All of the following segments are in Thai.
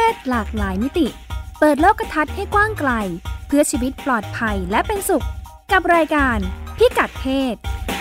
ศหลากหลายมิติเปิดโลกทัศน์ให้กว้างไกลเพื่อชีวิตปลอดภัยและเป็นสุขกับรายการพิกัดเพศ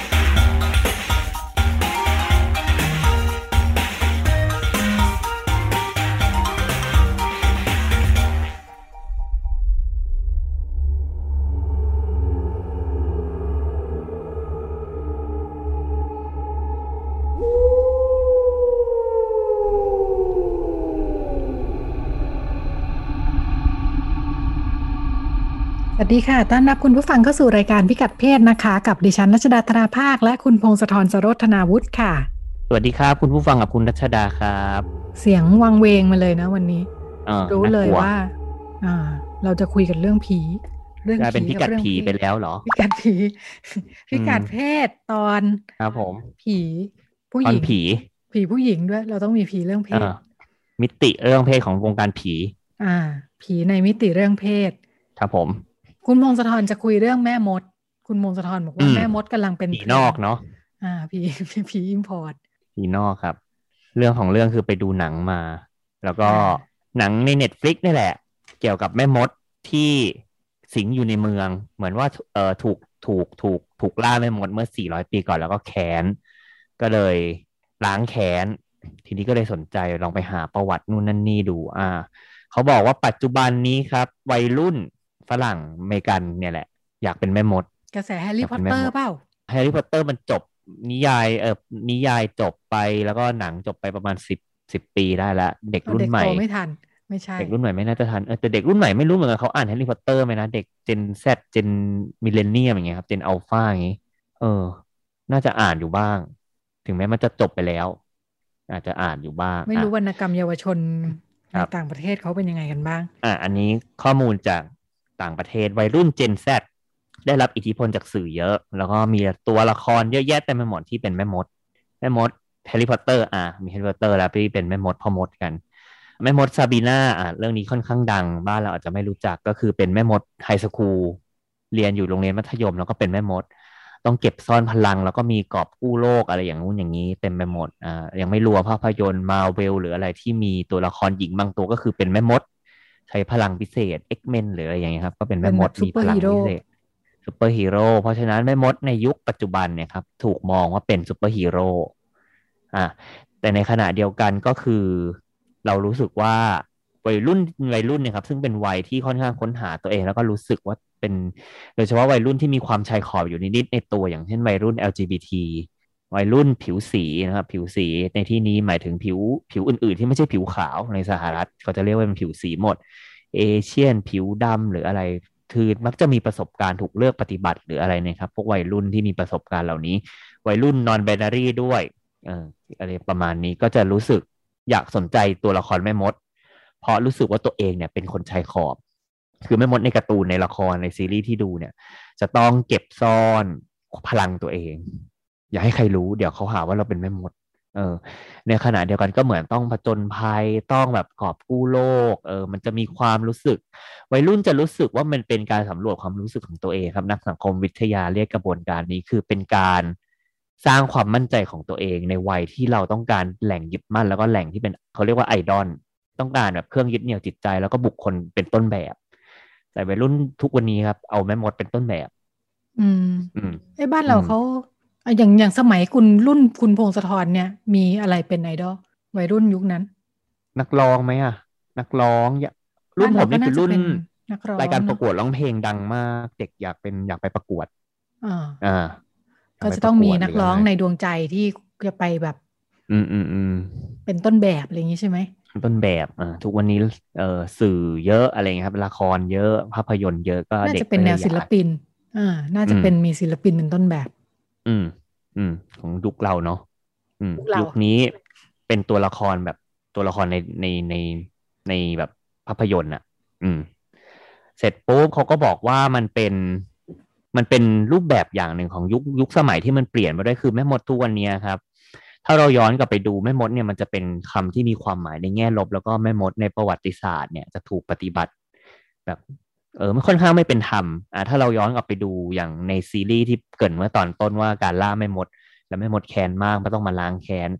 สวัสดีค่ะต้อนรับคุณผู้ฟังเข้าสู่รายการพิกัดเพศนะคะกับดิฉันรัชดาธราภาคและคุณพงศธร สโรธนาวุฒิค่ะสวัสดีครับคุณผู้ฟังกับคุณรัชดาครับเสียงวังเวงมาเลยนะวันนี้รู้เลยว่าเราจะคุยกันเรื่องผีกลายเป็นพิกัดผีไปแล้วเหรอพิกัดผีพิกัดเพศตอนครับผมผีผู้หญิงผีผู้หญิงด้วยเราต้องมีผีเรื่องเพศมิติเรื่องเพศของวงการผีผีในมิติเรื่องเพศครับผมคุณพงศธรจะคุยเรื่องแม่มดคุณพงศธรบอกว่าแม่มดกำลังเป็นผีนอกเนาะผีอิมพอร์ตผีนอกครับเรื่องของเรื่องคือไปดูหนังมาแล้วก็หนังใน Netflix นี่แหละเกี่ยวกับแม่มดที่สิงอยู่ในเมืองเหมือนว่าถูกล่าแม่มดเมื่อ400 ปีก่อนแล้วก็แค้นก็เลยล้างแค้นทีนี้ก็เลยสนใจลองไปหาประวัตินู่นนั่นนี่ดูเขาบอกว่าปัจจุบันนี้ครับวัยรุ่นฝรั่งอเมริกันเนี่ยแหละอยากเป็นแม่มดกระแสแฮร์รี่พอตเตอร์เปล่าแฮร์รี่พอตเตอร์มันจบนิยายจบไปแล้วก็หนังจบไปประมาณ10 ปีได้แล้วเด็กรุ่นใหม่ไม่ทันไม่ใช่เด็กรุ่นใหม่ไม่น่าจะทันแต่เด็กรุ่นใหม่ไม่รู้เหมือนกันเขาอ่านแฮร์รี่พอตเตอร์ไหมนะเด็กเจน Z เจนมิลเลนเนียมอย่างเงี้ยครับเจนอัลฟาอย่างงี้น่าจะอ่านอยู่บ้างถึงแม้มันจะจบไปแล้วอาจจะอ่านอยู่บ้างไม่รู้วรรณกรรมเยาวชนในต่างประเทศเขาเป็นยังไงกันบ้างอันนี้ข้อมูลจากต่างประเทศวัยรุ่น Gen Z ได้รับอิทธิพลจากสื่อเยอะแล้วก็มีตัวละครเยอะแยะเต็มไปหมดที่เป็นแม่มดแฮร์รี่พอตเตอร์มีแฮร์รี่พอตเตอร์แล้วที่เป็นแม่มดพ่อมดกันแม่มดซาบีน่าเรื่องนี้ค่อนข้างดังบ้านเราอาจจะไม่รู้จักก็คือเป็นแม่มดไฮสคูลเรียนอยู่โรงเรียนมัธยมแล้วก็เป็นแม่มดต้องเก็บซ่อนพลังแล้วก็มีกอบกู้โลกอะไรอย่างงู้นอย่างนี้เต็มไปหมดยังไม่รวมภาพยนตร์มาเวลหรืออะไรที่มีตัวละครหญิงบางตัวก็คือเป็นแม่มดใช้พลังพิเศษ X-Men หรืออะไรอย่างเงี้ยครับก็เป็นแม่มดมีพลังพิเศษซูเปอร์ฮีโร่เพราะฉะนั้นแม่มดในยุคปัจจุบันเนี่ยครับถูกมองว่าเป็นซูเปอร์ฮีโร่แต่ในขณะเดียวกันก็คือเรารู้สึกว่าวัยรุ่นเนี่ยครับซึ่งเป็นวัยที่ค่อนข้างค้นหาตัวเองแล้วก็รู้สึกว่าเป็นโดยเฉพาะวัยรุ่นที่มีความชายขอบอยู่นิดๆในตัวอย่างเช่นวัยรุ่น LGBT วัยรุ่นผิวสีนะครับผิวสีในที่นี้หมายถึงผิวอื่นๆที่ไม่ใช่ผิวขาวในสหรัฐเขาจะเรียกว่าเป็นผิวสีหมดเอเชียนผิวดำหรืออะไรคือมักจะมีประสบการณ์ถูกเลือกปฏิบัติหรืออะไรนะครับพวกวัยรุ่นที่มีประสบการณ์เหล่านี้วัยรุ่น non binary ด้วยอะไรประมาณนี้ก็จะรู้สึกอยากสนใจตัวละครแม่มดเพราะรู้สึกว่าตัวเองเนี่ยเป็นคนชายขอบคือแม่มดในการ์ตูนในละครในซีรีส์ที่ดูเนี่ยจะต้องเก็บซ่อนพลังตัวเองอย่าให้ใครรู้เดี๋ยวเขาหาว่าเราเป็นแม่มดในขณะเดียวกันก็เหมือนต้องผจญภัยต้องแบบกอบกู้โลกมันจะมีความรู้สึกวัยรุ่นจะรู้สึกว่ามันเป็นการสำรวจความรู้สึกของตัวเองครับนักสังคมวิทยาเรียกกระบวนการนี้คือเป็นการสร้างความมั่นใจของตัวเองในวัยที่เราต้องการแหล่งยึดมั่นแล้วก็แหล่งที่เป็นเขาเรียกว่าไอดอลต้องการแบบเครื่องยึดเหนี่ยวจิตใจแล้วก็บุคคลเป็นต้นแบบแต่วัยรุ่นทุกวันนี้ครับเอาแม่มดเป็นต้นแบบไอ้บ้านเราเขาอย่างสมัยคุณพงศธรเนี่ยมีอะไรเป็นไอดอลวัยรุ่นยุคนั้นนักร้องไหมนักร้องรุ่นผมนี่คือรุ่นรายการประกวดร้องเพลงดังมากเด็กอยากไปประกวดก็จะต้องมีนักร้องในดวงใจที่จะไปแบบเป็นต้นแบบอะไรอย่างนี้ใช่ไหมต้นแบบทุกวันนี้สื่อเยอะอะไรเงี้ยครับละครเยอะภาพยนตร์เยอะก็น่าจะเป็นแนวศิลปินน่าจะเป็นมีศิลปินเป็นต้นแบบของยุคเราเนาะยุคนี้เป็นตัวละครแบบตัวละครในแบบภาพยนตร์เสร็จปุ๊บเขาก็บอกว่ามันเป็นรูปแบบอย่างหนึ่งของยุคสมัยที่มันเปลี่ยนไปด้วยคือแม่มดทุกวันนี้ครับถ้าเราย้อนกลับไปดูแม่มดเนี่ยมันจะเป็นคำที่มีความหมายในแง่ลบแล้วก็แม่มดในประวัติศาสตร์เนี่ยจะถูกปฏิบัติแบบมันค่อนข้างไม่เป็นธรรมถ้าเราย้อนกลับไปดูอย่างในซีรีส์ที่เกริ่นเมื่อตอนต้นว่าการล่าแม่มดแล้วแม่มดแค้นมากไม่ต้องมาล้างแค้น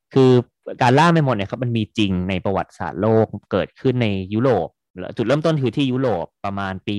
คือการล่าแม่มดเนี่ยครับมันมีจริงในประวัติศาสตร์โลกเกิดขึ้นในยุโรปจุดเริ่มต้นคือที่ยุโรปประมาณปี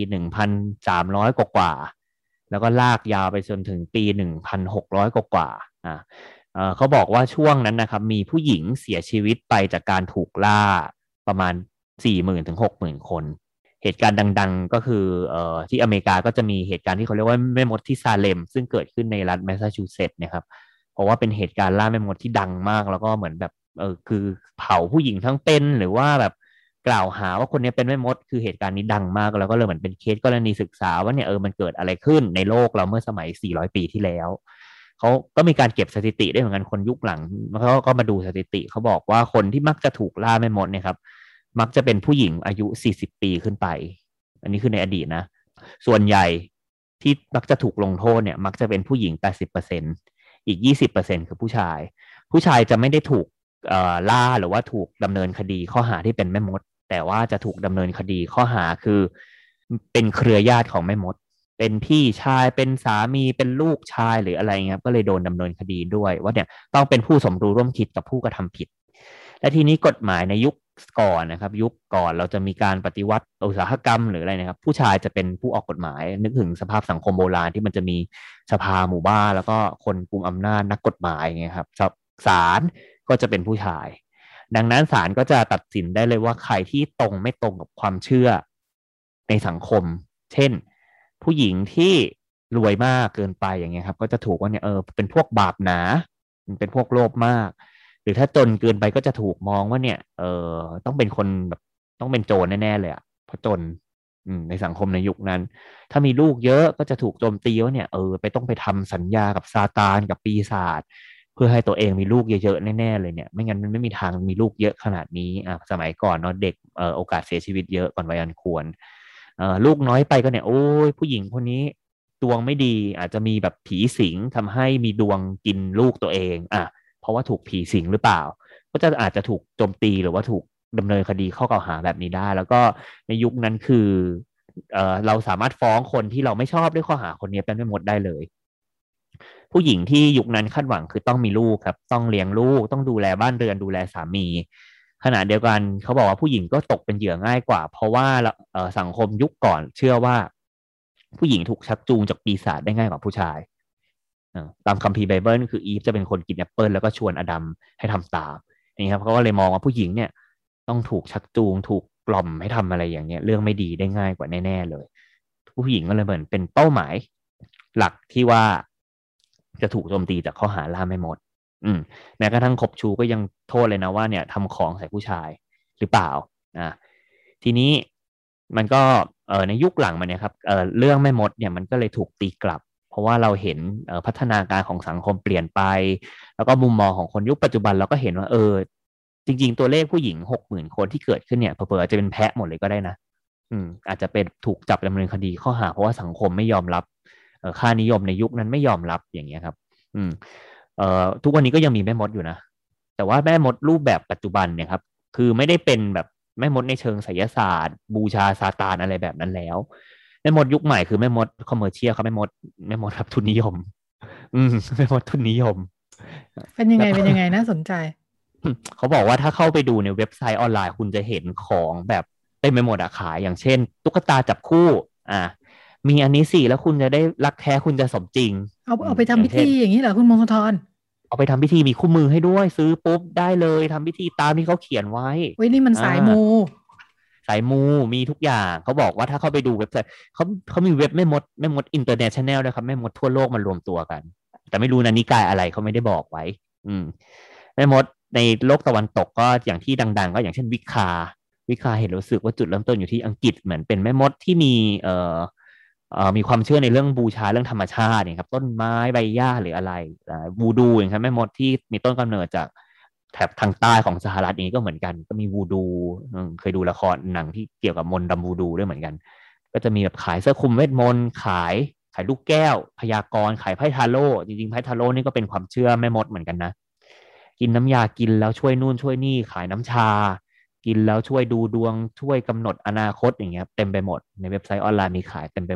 1,300กว่าแล้วก็ลากยาวไปจนถึงปี1,600กว่าเขาบอกว่าช่วงนั้นนะครับมีผู้หญิงเสียชีวิตไปจากการถูกล่าประมาณ40,000 ถึง 60,000 คนเหตุการณ์ดังๆก็คือที่อเมริกาก็จะมีเหตุการณ์ที่เขาเรียกว่าแม่มดที่ซาเลมซึ่งเกิดขึ้นในรัฐแมสซาชูเซตส์นะครับเพราะว่าเป็นเหตุการณ์ล่าแม่มดที่ดังมากแล้วก็เหมือนแบบคือเผาผู้หญิงทั้งเป็นหรือว่าแบบกล่าวหาว่าคนนี้เป็นแม่มดคือเหตุการณ์นี้ดังมากแล้วก็เลยเหมือนเป็นเคสกรณีศึกษาว่าเนี่ยมันเกิดอะไรขึ้นในโลกเราเมื่อสมัย400 ปีที่แล้วเขาก็มีการเก็บสถิติได้เหมือนกันคนยุคหลังเขาก็มาดูสถิติเขาบอกว่าคนที่มักจะถูกล่าแม่มดเนี่ยครับมักจะเป็นผู้หญิงอายุ40 ปีขึ้นไปอันนี้คือในอดีตนะส่วนใหญ่ที่มักจะถูกลงโทษเนี่ยมักจะเป็นผู้หญิง 80%อีก 20%คือผู้ชายจะไม่ได้ถูกล่าหรือว่าถูกดำเนินคดีข้อหาที่เป็นแม่มดแต่ว่าจะถูกดำเนินคดีข้อหาคือเป็นเครือญาติของแม่มดเป็นพี่ชายเป็นสามีเป็นลูกชายหรืออะไรเงี้ยก็เลยโดนดำเนินคดีด้วยว่าเนี่ยต้องเป็นผู้สมรู้ร่วมคิดกับผู้กระทำผิดและทีนี้กฎหมายในยุคก่อนนะครับยุคก่อนเราจะมีการปฏิวัติอุตสาหกรรมหรืออะไรนะครับผู้ชายจะเป็นผู้ออกกฎหมายนึกถึงสภาพสังคมโบราณที่มันจะมีสภาหมู่บ้านแล้วก็คนกุมอำนาจนักกฎหมายไงครับศาลก็จะเป็นผู้ชายดังนั้นศาลก็จะตัดสินได้เลยว่าใครที่ตรงไม่ตรงกับความเชื่อในสังคมเช่นผู้หญิงที่รวยมากเกินไปอย่างเงี้ยครับก็จะถูกว่าเนี่ยเป็นพวกบาปหนาเป็นพวกโลภมากหรือถ้าจนเกินไปก็จะถูกมองว่าเนี่ยต้องเป็นคนแบบต้องเป็นโจรแน่ๆเลยอ่ะเพราะจนในสังคมในยุคนั้นถ้ามีลูกเยอะก็จะถูกโจมตีว่าเนี่ยต้องไปทำสัญญากับซาตานกับปีศาจเพื่อให้ตัวเองมีลูกเยอะๆแน่ๆเลยเนี่ยไม่งั้นมันไม่มีทางมีลูกเยอะขนาดนี้สมัยก่อนเนาะเด็กโอกาสเสียชีวิตเยอะก่อนวัยอันควรลูกน้อยไปก็เนี่ยโอ้ยผู้หญิงคนนี้ดวงไม่ดีอาจจะมีแบบผีสิงทำให้มีดวงกินลูกตัวเองเพราะว่าถูกผีสิงหรือเปล่าก็จะอาจจะถูกโจมตีหรือว่าถูกดำเนินคดีข้อกล่าวหาแบบนี้ได้แล้วก็ในยุคนั้นคือเราสามารถฟ้องคนที่เราไม่ชอบด้วยข้อหาคนนี้เป็นไม่หมดได้เลยผู้หญิงที่ยุคนั้นคาดหวังคือต้องมีลูกครับต้องเลี้ยงลูกต้องดูแลบ้านเรือนดูแลสามีขณะเดียวกันเขาบอกว่าผู้หญิงก็ตกเป็นเหยื่อง่ายกว่าเพราะว่าสังคมยุคก่อนเชื่อว่าผู้หญิงถูกชักจูงจากปีศาจได้ง่ายกว่าผู้ชายตามคัมภีร์ไบเบิลคืออีฟจะเป็นคนกินแอปเปิลแล้วก็ชวนอดัมให้ทำตามนี่ครับเขาก็เลยมองว่าผู้หญิงเนี่ยต้องถูกชักจูงถูกกล่อมให้ทำอะไรอย่างเงี้ยเรื่องไม่ดีได้ง่ายกว่าแน่ๆเลยผู้หญิงก็เลยเหมือนเป็นเป้าหมายหลักที่ว่าจะถูกโจมตีจากข้อหาล่าแม่มดแม้กระทั่งขบชูก็ยังโทษเลยนะว่าเนี่ยทำของใส่ผู้ชายหรือเปล่าทีนี้มันก็ในยุคหลังมาเนี่ยครับเรื่องแม่มดเนี่ยมันก็เลยถูกตีกลับเพราะว่าเราเห็นพัฒนาการของสังคมเปลี่ยนไปแล้วก็มุมมองของคนยุคปัจจุบันเราก็เห็นว่าจริงๆตัวเลขผู้หญิง 60,000 คนที่เกิดขึ้นเนี่ยเผลอๆอาจจะเป็นแพะหมดเลยก็ได้นะอาจจะเป็นถูกจับดำเนินคดีข้อหาเพราะว่าสังคมไม่ยอมรับค่านิยมในยุคนั้นไม่ยอมรับอย่างเงี้ยครับทุกวันนี้ก็ยังมีแม่มดอยู่นะแต่ว่าแม่มดรูปแบบปัจจุบันเนี่ยครับคือไม่ได้เป็นแบบแม่มดในเชิงไสยศาสตร์บูชาซาตานอะไรแบบนั้นแล้วแม่มดยุคใหม่คือแม่มดคอมเมอร์เชียลครับแม่มดครับทุนนิยมแม่มดทุนนิยมเป็นยังไงน่าสนใจเขาบอกว่าถ้าเข้าไปดูในเว็บไซต์ออนไลน์คุณจะเห็นของแบบเต็มไปหมดขายอย่างเช่นตุ๊กตาจับคู่มีอันนี้สิแล้วคุณจะได้รักแท้คุณจะสมจริงเอาไปทำพิธีอย่างนี้เหรอคุณมงคลธรเอาไปทำพิธีมีคู่มือให้ด้วยซื้อปุ๊บได้เลยทำพิธีตามที่เขาเขียนไว้เว้ยนี่มันสายมูมีทุกอย่างเขาบอกว่าถ้าเข้าไปดูเว็บไซต์เขามีเว็บแม่มดอินเตอร์เนชั่นแนลด้วยครับแม่มดทั่วโลกมารวมตัวกันแต่ไม่รู้นะนิกายอะไรเขาไม่ได้บอกไว้แม่มดในโลกตะวันตกก็อย่างที่ดังๆก็อย่างเช่นวิคาเห็นรู้สึกว่าจุดเริ่มต้นอยู่ที่อังกฤษเหมือนเป็นแม่มดที่มีความเชื่อในเรื่องบูชาเรื่องธรรมชาติเนี่ยครับต้นไม้ใบหญ้าหรืออะไรวูดูอย่างครับแม่มดที่มีต้นกำเนิดจากแถบทางใต้ของสหรัฐนี้ก็เหมือนกันก็มีวูดูเคยดูละครหนังที่เกี่ยวกับมนต์ดำวูดูด้วยเหมือนกันก็จะมีแบบขายเสื้อคลุมเวทมนต์ขายลูกแก้วพยากรณ์ขายไพ่ทาโร่จริงๆไพ่ทาโร่นี่ก็เป็นความเชื่อแม่มดเหมือนกันนะกินน้ำยากินแล้วช่วยนู่นช่วยนี่ขายน้ำชากินแล้วช่วยดูดวงช่วยกำหนดอนาคตอย่างเงี้ยเต็มไปหมดในเว็บไซต์ออนไลน์มีขายเต็มไปหมด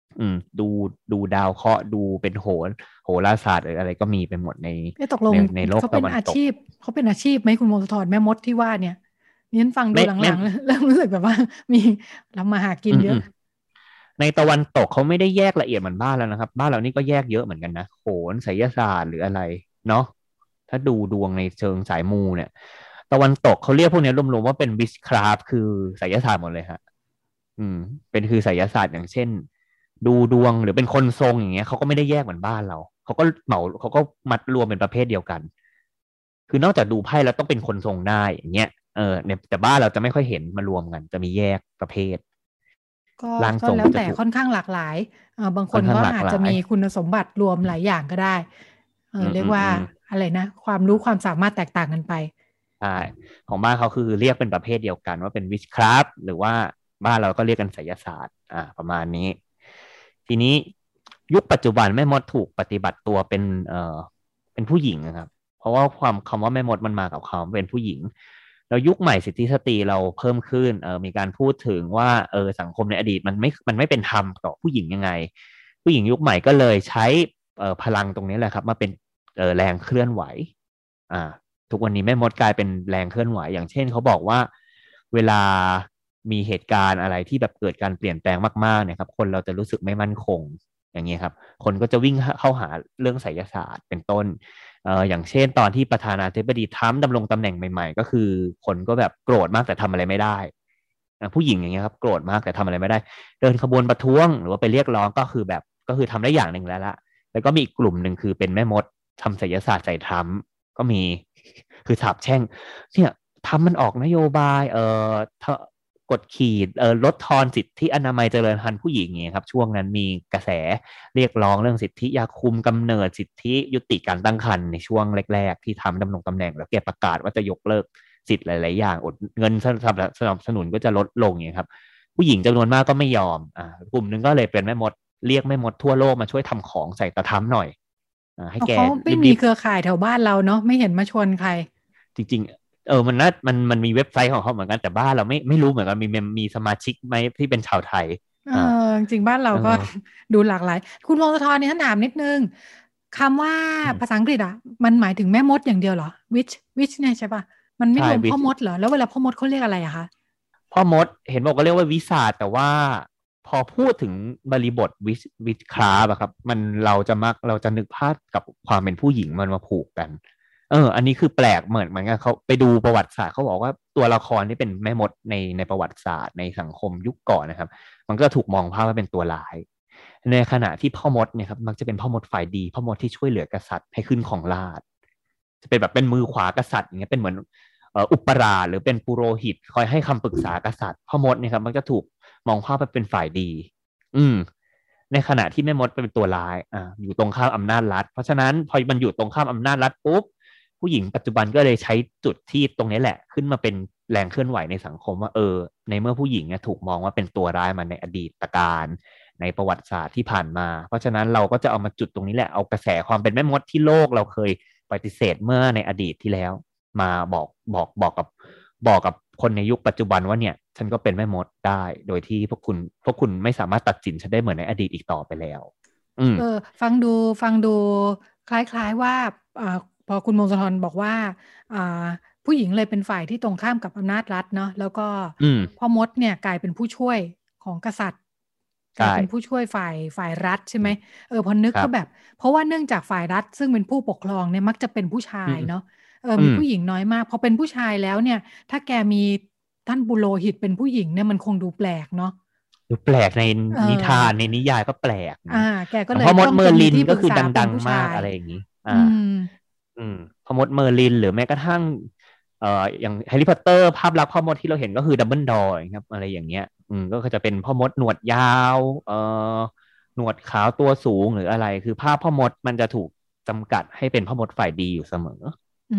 ดูดาวเคราะห์ดูเป็นโหราศาสตร์อะไรก็มีไปหมดตกลงในโลกเขาเป็นอาชีพไหมคุณโมสทรแม่มดที่ว่าเนี่ยนี่ฟังดูหลังๆเริ่มรู้สึกแบบว่ามีทำมาหากินเยอะในตะวันตกเขาไม่ได้แยกละเอียดเหมือนบ้านแล้วนะครับบ้านเรานี่ก็แยกเยอะเหมือนกันนะโหรไสยศาสตร์หรืออะไรเนาะถ้าดูดวงในเชิงสายมูเนี่ยตะวันตกเขาเรียกพวกนี้รวมๆว่าเป็นวิชคราฟคือไสยศาสตร์หมดเลยฮะเป็นคือไสยศาสตร์อย่างเช่นดูดวงหรือเป็นคนทรงอย่างเงี้ยเขาก็ไม่ได้แยกเหมือนบ้านเราเขาก็มัดรวมเป็นประเภทเดียวกันคือนอกจากดูไพ่แล้วต้องเป็นคนทรงได้อย่างเงี้ยเนี่ยแต่บ้านเราจะไม่ค่อยเห็นมารวมกันจะมีแยกประเภทก็แล้วแต่ค่อนข้างหลากหลายบางคนก็อาจจะมีคุณสมบัติรวมหลายอย่างก็ได้เรียกว่าอะไรนะความรู้ความสามารถแตกต่างกันไปใช่ของบ้านเขาคือเรียกเป็นประเภทเดียวกันว่าเป็นวิชคราฟหรือว่าบ้านเราก็เรียกกันไสยศาสตร์ประมาณนี้ทีนี้ยุคปัจจุบันแม่มดถูกปฏิบัติตัวเป็นผู้หญิงนะครับเพราะว่าคำว่าแม่มดมันมากับคำเป็นผู้หญิงแล้วยุคใหม่สิทธิสตรีเราเพิ่มขึ้นมีการพูดถึงว่าสังคมในอดีตมันไม่เป็นธรรมต่อผู้หญิงยังไงผู้หญิงยุคใหม่ก็เลยใช้พลังตรงนี้แหละครับมาเป็นแรงเคลื่อนไหวทุกวันนี้แม่มดกลายเป็นแรงเคลื่อนไหวอย่างเช่นเขาบอกว่าเวลามีเหตุการณ์อะไรที่แบบเกิดการเปลี่ยนแปลงมากๆเนี่ยครับคนเราจะรู้สึกไม่มั่นคงอย่างเงี้ยครับคนก็จะวิ่งเข้าหาเรื่องไสยศาสตร์เป็นต้นอย่างเช่นตอนที่ประธานาธิบดีทรัมป์ดำรงตำแหน่งใหม่ๆก็คือคนก็แบบโกรธมากแต่ทำอะไรไม่ได้ผู้หญิงอย่างเงี้ยครับโกรธมากแต่ทำอะไรไม่ได้เดินขบวนประท้วงหรือว่าไปเรียกร้องก็คือทำได้อย่างหนึ่งแล้วก็มีอีกกลุ่มหนึ่งคือเป็นแม่มดทำไสยศาสตร์ใส่ทรัมป์ก็มีคือสาบแช่งเนี่ยทำมันออกนโยบายกดขีดลดทอนสิทธิอนามัยเจริญพันธุ์ผู้หญิงอย่างเงี้ยครับช่วงนั้นมีกระแสเรียกร้องเรื่องสิทธิยาคุมกำเนิดสิทธิยุติการตั้งครรภ์ในช่วงแรกๆที่ทำดำรงตำแหน่งแล้วแกประกาศว่าจะยกเลิกสิทธิหลายๆอย่างอดเงินสนับสนุนก็จะลดลงอย่างเงี้ยครับผู้หญิงจำนวนมากก็ไม่ยอมกลุ่มนึงก็เลยเป็นแม่มดเรียกแม่มดทั่วโลกมาช่วยทำของใส่ตะทั้มหน่อยให้แกเขาไม่มีเครือข่ายแถวบ้านเราเนาะไม่เห็นมาชวนใครจริงๆมันมีเว็บไซต์ของเขาเหมือนกันแต่บ้านเราไม่รู้เหมือนกันมีสมาชิกไหมที่เป็นชาวไทยจริงบ้านเราก็ดูหลากหลายคุณวงศธรเนี่ยถามนิดนึงคำว่าภาษาอังกฤษมันหมายถึงแม่มดอย่างเดียวเหรอ witch เนี่ยใช่ป่ะมันไม่รวมพ่อมดเหรอแล้วเวลาพ่อมดเขาเรียกอะไรอะคะพ่อมดเห็นบอกว่าเรียกว่าวิสาจแต่ว่าพอพูดถึงบริบทวิชคราฟครับเราจะนึกภาพกับความเป็นผู้หญิงมันมาผูกกันอันนี้คือแปลกเหมือนกันเขาไปดูประวัติศาสตร์เขาบอกว่าตัวละครที่เป็นแม่มดในประวัติศาสตร์ในสังคมยุคก่อนนะครับมันก็ถูกมองภาพว่าเป็นตัวร้ายในขณะที่พ่อมดเนี่ยครับมักจะเป็นพ่อมดฝ่ายดีพ่อมดที่ช่วยเหลือกษัตริย์ให้ขึ้นของราชย์จะเป็นแบบเป็นมือขวากษัตริย์อย่างเงี้ยเป็นเหมือนอุปราชหรือเป็นปุโรหิตคอยให้คำปรึกษากษัตริย์พ่อมดเนี่ยครับมันจะถูกมองภาพเป็นฝ่ายดีในขณะที่แม่มดเป็นตัวร้ายอยู่ตรงข้ามอำนาจรัฐเพราะฉะนั้นพอมันอยู่ตรงข้ามอำนาจรัฐปุ๊บผู้หญิงปัจจุบันก็เลยใช้จุดที่ตรงนี้แหละขึ้นมาเป็นแรงเคลื่อนไหวในสังคมว่าในเมื่อผู้หญิงถูกมองว่าเป็นตัวร้ายมาในอดีตการในประวัติศาสตร์ที่ผ่านมาเพราะฉะนั้นเราก็จะเอามาจุดตรงนี้แหละเอากระแสความเป็นแม่มดที่โลกเราเคยปฏิเสธเมื่อในอดีตที่แล้วมาบอกกับคนในยุคปัจจุบันว่าเนี่ยฉันก็เป็นแม่มดได้โดยที่พวกคุณไม่สามารถตัดสินฉันได้เหมือนในอดีตอีกต่อไปแล้วฟังดูคล้ายๆว่าพอคุณมงคลธรบอกว่าผู้หญิงเลยเป็นฝ่ายที่ตรงข้ามกับอำนาจรัฐเนาะแล้วก็พ่อมดเนี่ยกลายเป็นผู้ช่วยของกษัตริย์กลายเป็นผู้ช่วยฝ่ายรัฐใช่ไหมพอนึกก็แบบเพราะว่าเนื่องจากฝ่ายรัฐซึ่งเป็นผู้ปกครองเนี่ยมักจะเป็นผู้ชายเนาะมีผู้หญิงน้อยมากพอเป็นผู้ชายแล้วเนี่ยถ้าแกมีท่านปุโรหิตเป็นผู้หญิงเนี่ยมันคงดูแปลกเนาะดูแปลกในนิทานในนิยายก็แปลกแกก็เลยพ่อมดเมอร์ลินก็คือดังๆมากอะไรอย่างนี้พ่อมดเมอร์ลินหรือแม้กระทั่งอย่างแฮร์รี่พอตเตอร์ภาพลักษณ์พ่อมดที่เราเห็นก็คือดัมเบิลดอร์ครับอะไรอย่างเงี้ยก็จะเป็นพ่อมดหนวดยาวหนวดขาวตัวสูงหรืออะไรคือภาพพ่อมดมันจะถูกจำกัดให้เป็นพ่อมดฝ่ายดีอยู่เสมอ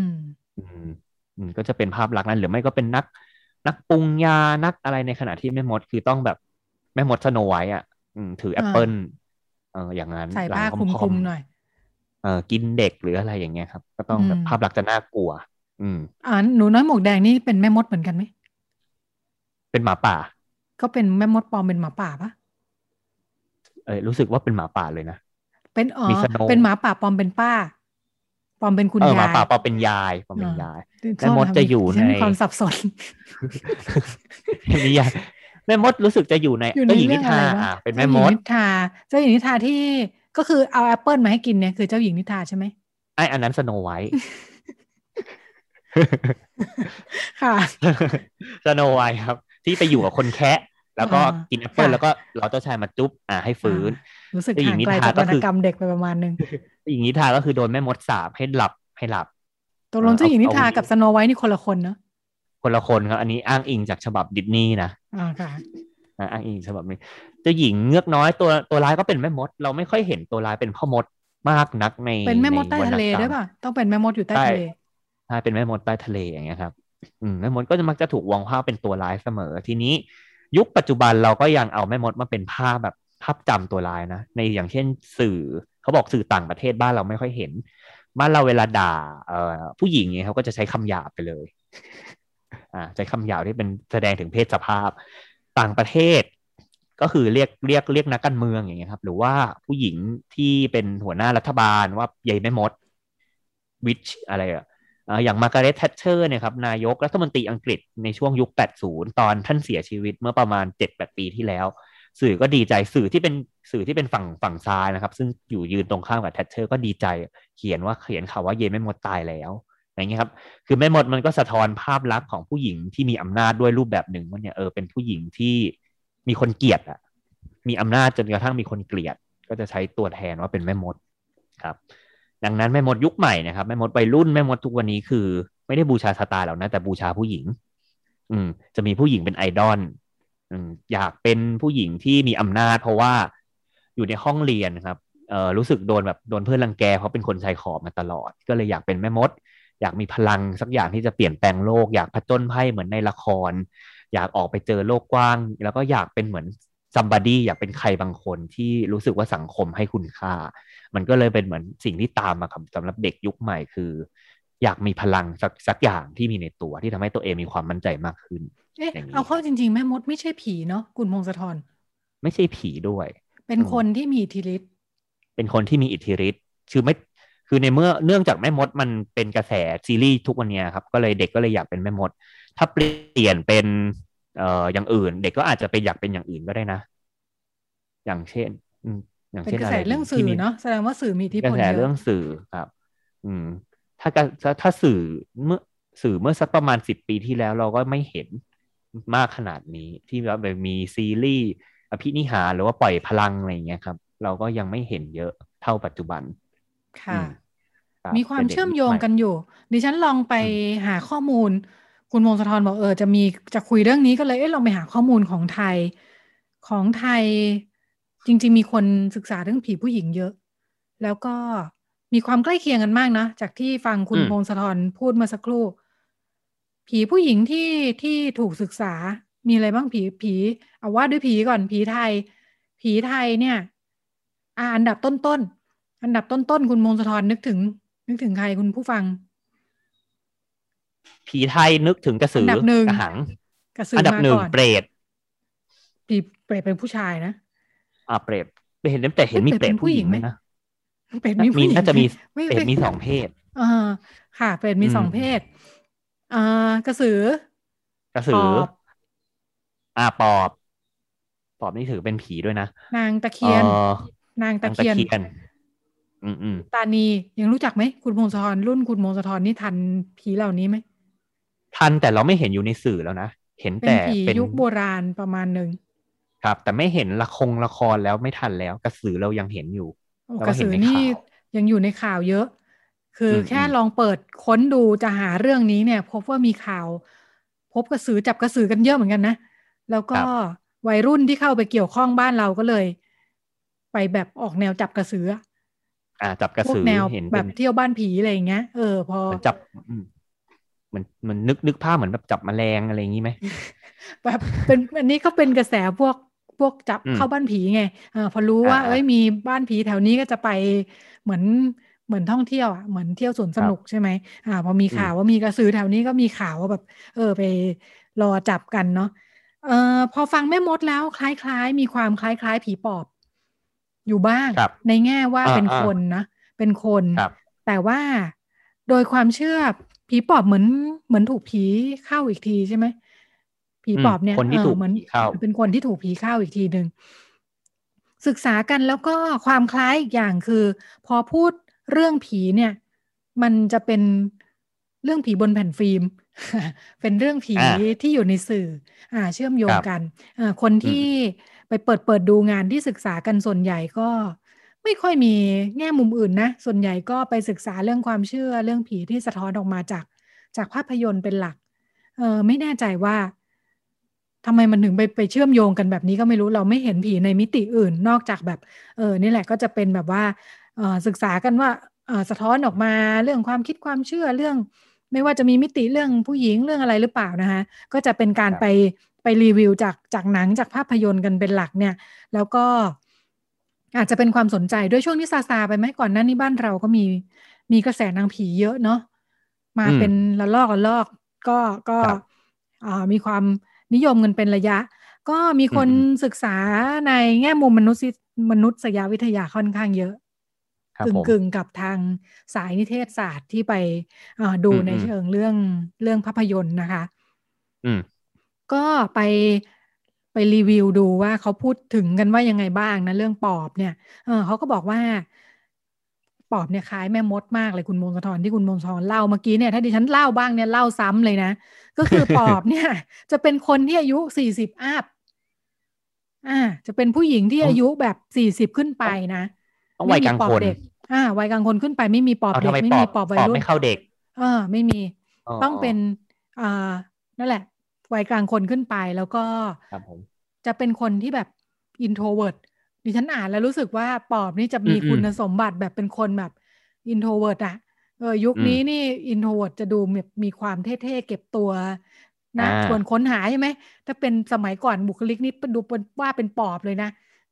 ก็จะเป็นภาพลักษณ์นั้นหรือไม่ก็เป็นนักปรุงยานักอะไรในขณะที่แม่มดคือต้องแบบแม่มดสโนไวท์ถือแอปเปิลอย่างนั้นใส่ผ้าคลุมๆหน่อยกินเด็กหรืออะไรอย่างเงี้ยครับก็ต้องแบบภาพลักษณ์จะน่ากลัวหนูน้อยหมวกแดงนี่เป็นแม่มดเหมือนกันไหมเป็นหมาป่าก็เป็นแม่มดปลอมเป็นหมาป่าปะรู้สึกว่าเป็นหมาป่าเลยนะเป็นเป็นหมาป่าปอมเป็นป้าปอมเป็นคุณยายหมาป่าปอมเป็นยายปอมเป็นยายแม่มดจะอยู่ในความสับสนมียายแม่มดรู้สึกจะอยู่ในเจ้าหญิงนิทราเป็นแม่มดเจ้าหญิงนิทราที่ก็คือเอาแอปเปิลมาให้กินเนี่ยคือเจ้าหญิงนิทราใช่ไหมอันนั้นสโนไวท์ค่ะสโนไวท์ครับที่ไปอยู่กับคนแคะแล้วก็กินแอปเปิลแล้วก็เราเจ้าชายมาจุ๊บให้ฟื้นรู้สึกห่างไกลจากวรรณกรรมเด็กไปประมาณนึงเจ้าหญิงนิทราก็คือโดนแม่มดสาปให้หลับตกลงเจ้าหญิงนิทรากับสโนไวท์นี่คนละคนเนอะคนละคนครับอันนี้อ้างอิงจากฉบับดิสนีย์นะค่ะอ้างอิงฉบับนี้เจ้าหญิงเงือกน้อยตัวร้ายก็เป็นแม่มดเราไม่ค่อยเห็นตัวร้ายเป็นพ่อมดมากนักในเป็นแม่มดใต้ทะเลด้วยป่ะต้องเป็นแม่มดอยู่ใต้ทะเลใช่เป็นแม่มดใต้ทะเลอย่างเงี้ยครับแม่มดก็จะมักจะถูกวางภาพเป็นตัวร้ายเสมอทีนี้ยุคปัจจุบันเราก็ยังเอาแม่มดมาเป็นภาพแบบภาพจำตัวร้ายนะในอย่างเช่นสื่อเขาบอกสื่อต่างประเทศบ้านเราไม่ค่อยเห็นบ้านเราเวลาด่าผู้หญิงเนี่ยเขาก็จะใช้คำหยาบไปเลยใช้คำหยาบที่เป็นแสดงถึงเพศสภาพต่างประเทศก็คือเรียกนักการเมืองอย่างเงี้ยครับหรือว่าผู้หญิงที่เป็นหัวหน้ารัฐบาลว่ายายแม่มดวิชอะไรอย่างมาร์กาเร็ต แททเชอร์เนี่ยครับนายกรัฐมนตรีอังกฤษในช่วงยุค 80 ตอนท่านเสียชีวิตเมื่อประมาณ 7-8 ปีที่แล้วสื่อก็ดีใจสื่อที่เป็นฝั่งซ้ายนะครับซึ่งอยู่ยืนตรงข้ามกับแททเชอร์ก็ดีใจเขียนข่าวว่าเยแม่มดตายแล้วอย่างเงี้ยครับคือแม่มดมันก็สะท้อนภาพลักษณ์ของผู้หญิงที่มีอำนาจด้วยรูปแบบหนึ่งว่าเนี่ยเป็นผู้หญิงที่มีคนเกลียดมีอำนาจจนกระทั่งมีคนเกลียดก็จะใช้ตัวแทนว่าเป็นแม่มดครับดังนั้นแม่มดยุคใหม่นะครับแม่มดวัยรุ่นแม่มดทุกวันนี้คือไม่ได้บูชาสตาร์หรอกนะแต่บูชาผู้หญิงจะมีผู้หญิงเป็นไอดอลอยากเป็นผู้หญิงที่มีอำนาจเพราะว่าอยู่ในห้องเรียนครับรู้สึกโดนเพื่อนรังแกเพราะเป็นคนชายขอบมาตลอดก็เลยอยากเป็นแม่มดอยากมีพลังสักอย่างที่จะเปลี่ยนแปลงโลกอยากผจญภัยเหมือนในละครอยากออกไปเจอโลกกว้างแล้วก็อยากเป็นเหมือนsomebody อยากเป็นใครบางคนที่รู้สึกว่าสังคมให้คุณค่ามันก็เลยเป็นเหมือนสิ่งที่ตามมาครับสำหรับเด็กยุคใหม่คืออยากมีพลังสักอย่างที่มีในตัวที่ทำให้ตัวเองมีความมั่นใจมากขึ้นเอาเข้าจริงๆแม่มดไม่ใช่ผีเนาะคุณพงศธรไม่ใช่ผีด้วยเป็นคนที่มีอิทธิฤทธิ์เป็นคนที่มีอิทธิฤทธิ์คือในเมื่อเนื่องจากแม่มดมันเป็นกระแสซีรีส์ทุกวันนี้ครับก็เลยเด็กก็เลยอยากเป็นแม่มดถ้าเปลี่ยนเป็นอย่างอื่นเด็กก็อาจจะอยากเป็นอย่างอื่นก็ได้นะอย่างเช่นเป็นกระแสเรื่องสื่อเนาะแสดงว่าสื่อมีอิทธิพลเยอะกระแสเรื่องสื่อครับถ้าสื่อเมื่อสักประมาณ10 ปีที่แล้วเราก็ไม่เห็นมากขนาดนี้ที่แบบมีซีรีส์อภินิหารหรือว่าปล่อยพลังอะไรอย่างเงี้ยครับเราก็ยังไม่เห็นเยอะเท่าปัจจุบันค่ะมีความเชื่อมโยงกันอยู่ดิฉันลองไปหาข้อมูลคุณมงคลธรบอกจะคุยเรื่องนี้ก็เลยลองไปหาข้อมูลของไทยจริงๆมีคนศึกษาเรื่องผีผู้หญิงเยอะแล้วก็มีความใกล้เคียงกันมากนะจากที่ฟังคุณพงศธรพูดมาสักครู่ผีผู้หญิงที่ถูกศึกษามีอะไรบ้างผีเอาว่าด้วยผีก่อนผีไทยเนี่ยอันดับต้นคุณพงศธรนึกถึงใครคุณผู้ฟังผีไทยนึกถึงกระสือกระหังอันดับ1เปรตผีเปรตเป็นผู้ชายนะเปรตเห็นแต่เห็นมีเปรตผู้หญิงไหมนะเปรตมีน่าจะมีเปรตมี2เพศค่ะเปรตมี2เพศกระสือปอบนี่ถือเป็นผีด้วยนะนางตะเคียนตานียังรู้จักไหมคุณพงศธรรุ่นคุณพงศธรนี่ทันผีเหล่านี้ไหมทันแต่เราไม่เห็นอยู่ในสื่อแล้วนะเห็นแต่เป็นยุคโบราณประมาณนึงครับแต่ไม่เห็นละครแล้วไม่ทันแล้วกระสือเรายังเห็นอยู่กระสือนี่ยังอยู่ในข่าวเยอะคือแค่ลองเปิดค้นดูจะหาเรื่องนี้เนี่ยพบว่ามีข่าวพบกระสือจับกระสือกันเยอะเหมือนกันนะแล้วก็วัยรุ่นที่เข้าไปเกี่ยวข้องบ้านเราก็เลยไปแบบออกแนวจับกระสือจับกระสือแนวแบบเที่ยวบ้านผีอะไรอย่างเงี้ยพอจับมันนึกภาพเหมือนแบบจับแมลงอะไรอย่างงี้ไหมแบบเป็นอันนี้ก็เป็นกระแสพวกจับเข้าบ้านผีไงพอรู้ว่ามีบ้านผีแถวนี้ก็จะไปเหมือนท่องเที่ยวเหมือนเที่ยวสวนสนุกใช่ไหมพอมีข่าวว่ามีกระสือแถวนี้ก็มีข่าวว่าแบบไปรอจับกันเนาะพอฟังแม่มดแล้วคล้ายๆมีความคล้ายๆผีปอบอยู่บ้างในแง่ว่าเป็นคนนะเป็นคนแต่ว่าโดยความเชื่อผีปอบเหมือนถูกผีเข้าอีกทีใช่ไหมผีปอบเนี่ยเหมือนเป็นคนที่ถูกผีเข้าอีกทีนึงศึกษากันแล้วก็ความคล้ายอีกอย่างคือพอพูดเรื่องผีเนี่ยมันจะเป็นเรื่องผีบนแผ่นฟิล์ม เป็นเรื่องผีที่อยู่ในสื่อเชื่อมโยงกันคนที่ไปเปิดดูงานที่ศึกษากันส่วนใหญ่ก็ไม่ค่อยมีแง่มุมอื่นนะส่วนใหญ่ก็ไปศึกษาเรื่องความเชื่อเรื่องผีที่สะท้อนออกมาจากภาพยนตร์เป็นหลักไม่แน่ใจว่าทำไมมันถึงไปเชื่อมโยงกันแบบนี้ก็ไม่รู้เราไม่เห็นผีในมิติอื่นนอกจากแบบนี่แหละก็จะเป็นแบบว่าศึกษากันว่าสะท้อนออกมาเรื่องความคิดความเชื่อเรื่องไม่ว่าจะมีมิติเรื่องผู้หญิงเรื่องอะไรหรือเปล่านะคะก็จะเป็นการไปรีวิวจากหนังจากภาพยนตร์กันเป็นหลักเนี่ยแล้วก็อาจจะเป็นความสนใจด้วยช่วงนี้ซาไปไหมก่อนหน้านี้บ้านเราก็มีกระแสนางผีเยอะเนาะมาเป็นละลอกก็มีความนิยมกันเป็นระยะก็มีคนศึกษาในแง่มุมมนุษยวิทยาค่อนข้างเยอะกึ่งกับทางสายนิเทศศาสตร์ที่ไปดูในเชิงเรื่องภาพยนตร์นะคะก็ไปรีวิวดูว่าเขาพูดถึงกันว่ายังไงบ้างนะเรื่องปอบเนี่ยเขาก็บอกว่าปอบเนี่ยคล้ายแม่มดมากเลยคุณมงคลธรที่คุณมงคลธรเล่าเมื่อกี้เนี่ยถ้าดิฉันเล่าบ้างเนี่ยเล่าซ้ำเลยนะก็คือปอบเนี่ยจะเป็นคนที่อายุ40อัพจะเป็นผู้หญิงที่อายุแบบ40ขึ้นไปนะต้องวัยกลางคนวัยกลางคนขึ้นไปไม่มีปอบเด็กไม่มีปอบวัยรุ่นไม่เข้าเด็กไม่มีต้องเป็นนั่นแหละวัยกลางคนขึ้นไปแล้วก็จะเป็นคนที่แบบ introvert ดิฉันอ่านแล้วรู้สึกว่าปอบนี่จะมีคุณสมบัติแบบเป็นคนแบบ introvert ยุคนี้นี่ introvert จะดูแบบมีความเท่ๆเก็บตัวนะชวนค้นหาใช่ไหมถ้าเป็นสมัยก่อนบุคลิกนี้ดูว่าเป็นปอบเลยนะ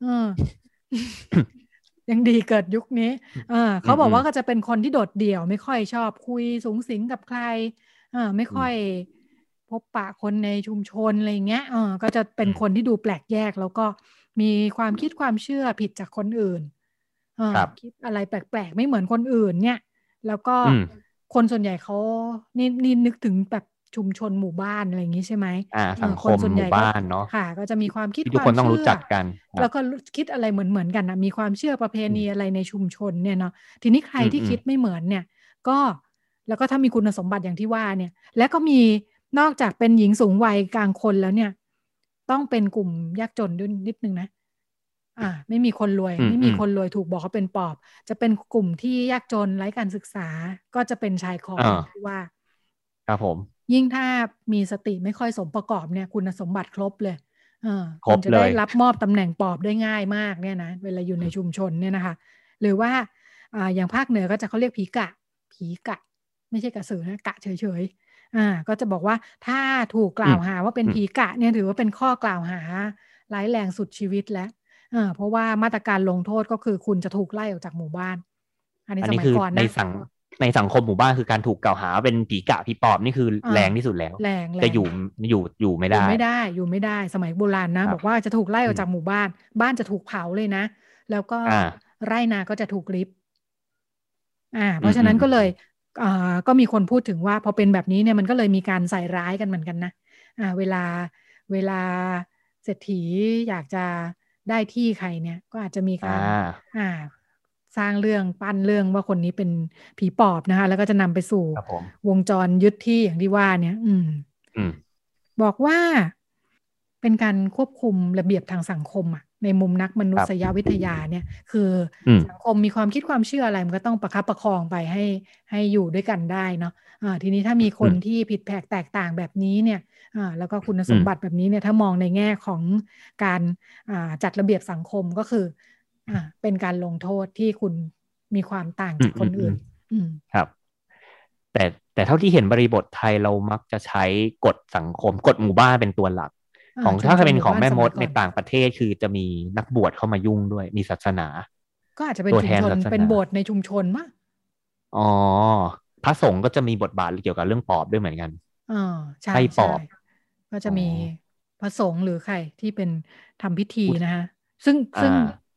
ยังดีเกิดยุคนี้เขาบอกว่าก็จะเป็นคนที่โดดเดี่ยวไม่ค่อยชอบคุยสุงสิงกับใครไม่ค่อยพบปะคนในชุมชนอะไรเงี้ยก็จะเป็นคนที่ดูแปลกแยกแล้วก็มีความคิดความเชื่อผิดจากคนอื่นคิดอะไรแปลกๆไม่เหมือนคนอื่นเนี่ยแล้วก็คนส่วนใหญ่เขานี่นึกถึงแบบชุมชนหมู่บ้านอะไรอย่างนี้ใช่ไหมสังคมหมู่บ้านเนาะค่ะก็จะมีความคิดทุกคนต้องรู้จักกันแล้วก็คิดอะไรเหมือนกันนะมีความเชื่อประเพณีอะไรในชุมชนเนี่ยเนาะทีนี้ใครที่คิดไม่เหมือนเนี่ยก็แล้วก็ถ้ามีคุณสมบัติอย่างที่ว่าเนี่ยและก็มีนอกจากเป็นหญิงสูงวัยกลางคนแล้วเนี่ยต้องเป็นกลุ่มยากจนด้วยนิดนึงนะไม่มีคนรวยไม่มีคนรวยถูกบอกว่าเป็นปอบจะเป็นกลุ่มที่ยากจนไร้การศึกษาก็จะเป็นชายคอที่ว่าครับผมยิ่งถ้ามีสติไม่ค่อยสมประกอบเนี่ยคุณสมบัติครบเลยคุณจะได้รับมอบตำแหน่งปอบได้ง่ายมากเนี่ยนะเวลาอยู่ในชุมชนเนี่ยนะคะหรือว่าอย่างภาคเหนือก็จะเขาเรียกผีกะไม่ใช่กระสือนะกะเฉยๆก็จะบอกว่าถ้าถูกกล่าวหาว่าเป็นผีกะเนี่ยถือว่าเป็นข้อกล่าวหาร้ายแรงสุดชีวิตแล้วเพราะว่ามาตรการลงโทษก็คือคุณจะถูกไล่ออกจากหมู่บ้านอันนี้สมัยก่อนนะในสังคมหมู่บ้านคือการถูกกล่าวหาเป็นผีกะผีปอบนี่คือแรงที่สุดแล้วจะอยู่ไม่ได้อยู่ไม่ได้สมัยโบราณนะบอกว่าจะถูกไล่ออกจากหมู่บ้านจะถูกเผาเลยนะแล้วก็ไร่นาก็จะถูกริบเพราะฉะนั้นก็เลยก็มีคนพูดถึงว่าพอเป็นแบบนี้เนี่ยมันก็เลยมีการใส่ร้ายกันเหมือนกันนะเวลาเศรษฐีอยากจะได้ที่ใครเนี่ยก็อาจจะมีการสร้างเรื่องปั้นเรื่องว่าคนนี้เป็นผีปอบนะคะแล้วก็จะนำไปสู่วงจรยึดที่อย่างที่ว่าเนี่ยบอกว่าเป็นการควบคุมระเบียบทางสังคมในมุมนักมนุษยวิทยาเนี่ยคือสังคมมีความคิดความเชื่ออะไรมันก็ต้องประคับประคองไปให้อยู่ด้วยกันได้เนาะทีนี้ถ้ามีคนที่ผิดแผกแตกต่างแบบนี้เนี่ยแล้วก็คุณสมบัติแบบนี้เนี่ยถ้ามองในแง่ของการจัดระเบียบสังคมก็คือเป็นการลงโทษที่คุณมีความต่างจากคนอื่นครับแต่เท่าที่เห็นบริบทไทยเรามักจะใช้กฎสังคมกฎหมู่บ้านเป็นตัวหลักของถ้าเป็นของแม่มดในต่างประเทศคือจะมีนักบวชเข้ามายุ่งด้วยมีศาสนาก็อาจจะเป็นชุมชนเป็นโบสถ์ในชุมชนมั้งพระสงฆ์ก็จะมีบทบาทเกี่ยวกับเรื่องปอบด้วยเหมือนกันใช่ปอบก็จะมีพระสงฆ์หรือใครที่เป็นทำพิธีนะฮะซึ่ง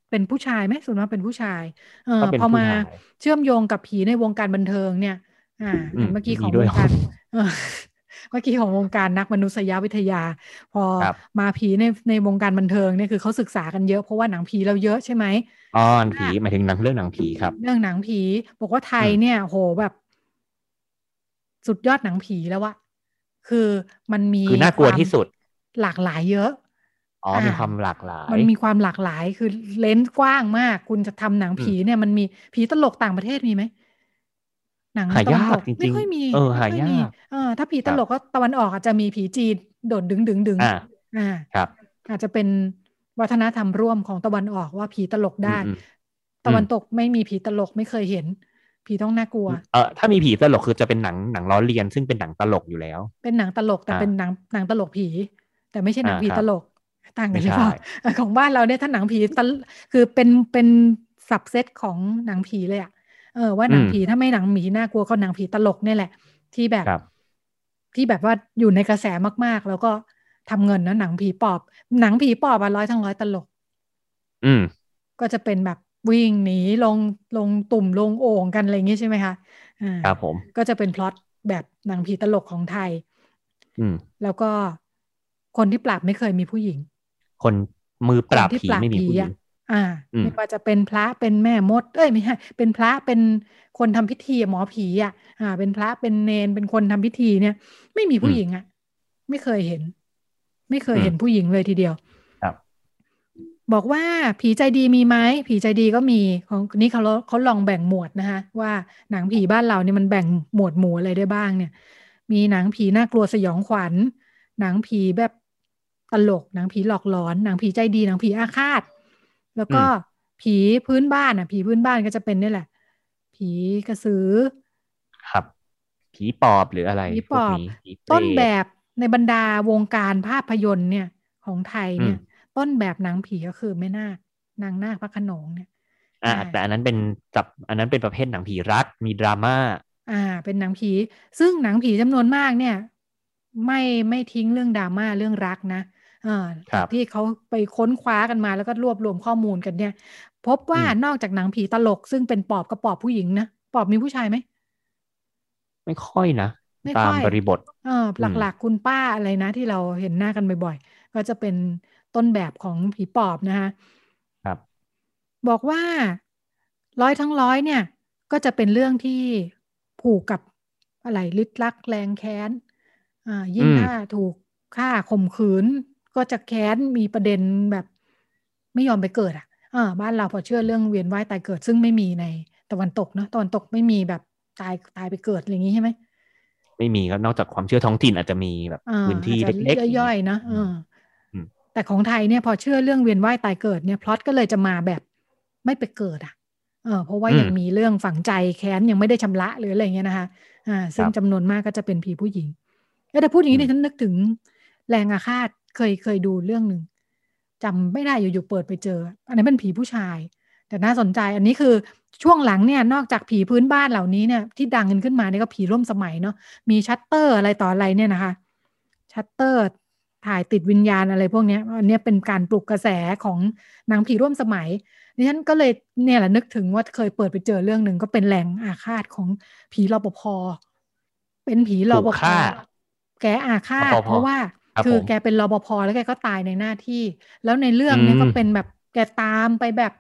เป็นผู้ชายไหมส่วนมากเป็นผู้ชายก็เป็นพอมาผู้ชายเชื่อมโยงกับผีในวงการบันเทิงเนี่ยเมื่อกี้ของวงการเมื่อกี้ของวงการนักมนุษยวิทยาพอมาผีในวงการบันเทิงเนี่ยคือเขาศึกษากันเยอะเพราะว่าหนังผีเราเยอะใช่ไหมอ๋อหนังผีหมายถึงเรื่องหนังผีครับเรื่องหนังผีบอกว่าไทยเนี่ยโหแบบสุดยอดหนังผีแล้วอะคือมันมีคือน่ากลัวที่สุดหลากหลายเยอะมีความหลากหลายมันมีความหลากหลายคือเลนส์กว้างมากคุณจะทำหนังผีเนี่ยมันมีผีตลกต่างประเทศมีไหมหนังตะวันตกไม่ค่อยมีหายากถ้าผีตลกก็ตะวันออกอาจจะมีผีจีนโดดดึงครับอาจจะเป็นวัฒนธรรมร่วมของตะวันออกว่าผีตลกได้ตะวันตกไม่มีผีตลกไม่เคยเห็นผีต้องน่ากลัวถ้ามีผีตลกคือจะเป็นหนังล้อเลียนซึ่งเป็นหนังตลกอยู่แล้วเป็นหนังตลกแต่เป็นหนังตลกผีแต่ไม่ใช่หนังผีตลกต่างกันหรือเปล่าของบ้านเราเนี่ยถ้าหนังผีคือเป็นสับเซตของหนังผีเลยอะว่าหนังผีถ้าไม่หนังผีน่ากลัวก็หนังผีตลกนี่แหละที่แบบว่าอยู่ในกระแสมากๆแล้วก็ทำเงินนะหนังผีปอบร้อยทั้งร้อยตลกก็จะเป็นแบบวิ่งหนีลงตุ่มลงโอ่งกันอะไรอย่างงี้ใช่ไหมคะครับผมก็จะเป็นพล็อตแบบหนังผีตลกของไทยแล้วก็คนที่ปราบไม่เคยมีผู้หญิงคนมือปราบผีไม่มีผู้หญิงไม่ว่าจะเป็นพระเป็นแม่มดไม่ใช่เป็นพระเป็นคนทำพิธีหมอผีเป็นพระเป็นเนนเป็นคนทำพิธีเนี่ยไม่มีผู้หญิงไม่เคยเห็นผู้หญิงเลยทีเดียวบอกว่าผีใจดีมีไหมผีใจดีก็มีของนี้เขาลองแบ่งหมวดนะคะว่าหนังผีบ้านเราเนี่ยมันแบ่งหมวดหมู่อะไรได้บ้างเนี่ยมีหนังผีน่ากลัวสยองขวัญหนังผีแบบตลกหนังผีหลอกหลอนหนังผีใจดีหนังผีอาฆาตแล้วก็ผีพื้นบ้านผีพื้นบ้านก็จะเป็นนี่แหละผีกระสือครับผีปอบหรืออะไรผีปอบต้นแบบในบรรดาวงการภาพยนตร์เนี่ยของไทยเนี่ยต้นแบบหนังผีก็คือแม่นาคนางนาคพระโขนงเนี่ยแต่อันนั้นเป็นประเภทหนังผีรักมีดราม่าเป็นหนังผีซึ่งหนังผีจำนวนมากเนี่ยไม่ทิ้งเรื่องดราม่าเรื่องรักนะที่เขาไปค้นคว้ากันมาแล้วก็รวบรวมข้อมูลกันเนี่ยพบว่านอกจากหนังผีตลกซึ่งเป็นปอบกับปอบผู้หญิงนะปอบมีผู้ชายไหมไม่ค่อยนะตามบริบทหลักๆคุณป้าอะไรนะที่เราเห็นหน้ากันบ่อยๆก็จะเป็นต้นแบบของผีปอบนะคะครับบอกว่าร้อยทั้งร้อยเนี่ยก็จะเป็นเรื่องที่ผูกกับอะไรฤทธิ์รักแรงแค้นยิ่งถ้าถูกฆ่าข่มขืนก็จะแค้นมีประเด็นแบบไม่ยอมไปเกิดบ้านเราพอเชื่อเรื่องเวียนว่ายตายเกิดซึ่งไม่มีในตะวันตกเนาะตะวันตกไม่มีแบบตายไปเกิดอะไรอย่างนี้ใช่ไหมไม่มีก็นอกจากความเชื่อท้องถิ่นอาจจะมีแบบพื้นที่เล็กๆย่อยๆนะแต่ของไทยเนี่ยพอเชื่อเรื่องเวียนว่ายตายเกิดเนี่ยพล็อตก็เลยจะมาแบบไม่ไปเกิดเพราะว่ายังมีเรื่องฝังใจแค้นยังไม่ได้ชำระหรืออะไรเงี้ยนะคะซึ่งจำนวนมากก็จะเป็นผีผู้หญิงแต่พูดอย่างนี้เนี่ยฉันนึกถึงแรงอาฆาตเคยดูเรื่องหนึ่งจำไม่ได้อยู่ๆเปิดไปเจออันนี้เป็นผีผู้ชายแต่น่าสนใจอันนี้คือช่วงหลังเนี่ยนอกจากผีพื้นบ้านเหล่านี้เนี่ยที่ดังขึ้นมาเนี่ยก็ผีร่วมสมัยเนาะมีชัตเตอร์อะไรต่ออะไรเนี่ยนะคะชัตเตอร์ถ่ายติดวิญญาณอะไรพวกนี้อันนี้เป็นการปลุกกระแสของหนังผีร่วมสมัยดิฉันก็เลยเนี่ยแหละนึกถึงว่าเคยเปิดไปเจอเรื่องหนึ่งก็เป็นแรงอาฆาตของผีรปภ.เป็นผีรปภ.แกอาฆาตเพราะว่าคือแกเป็นรปภ.แล้วแกก็ตายในหน้าที่แล้วในเรื่องนี้ก็เป็นแบบแกตามไปแบบ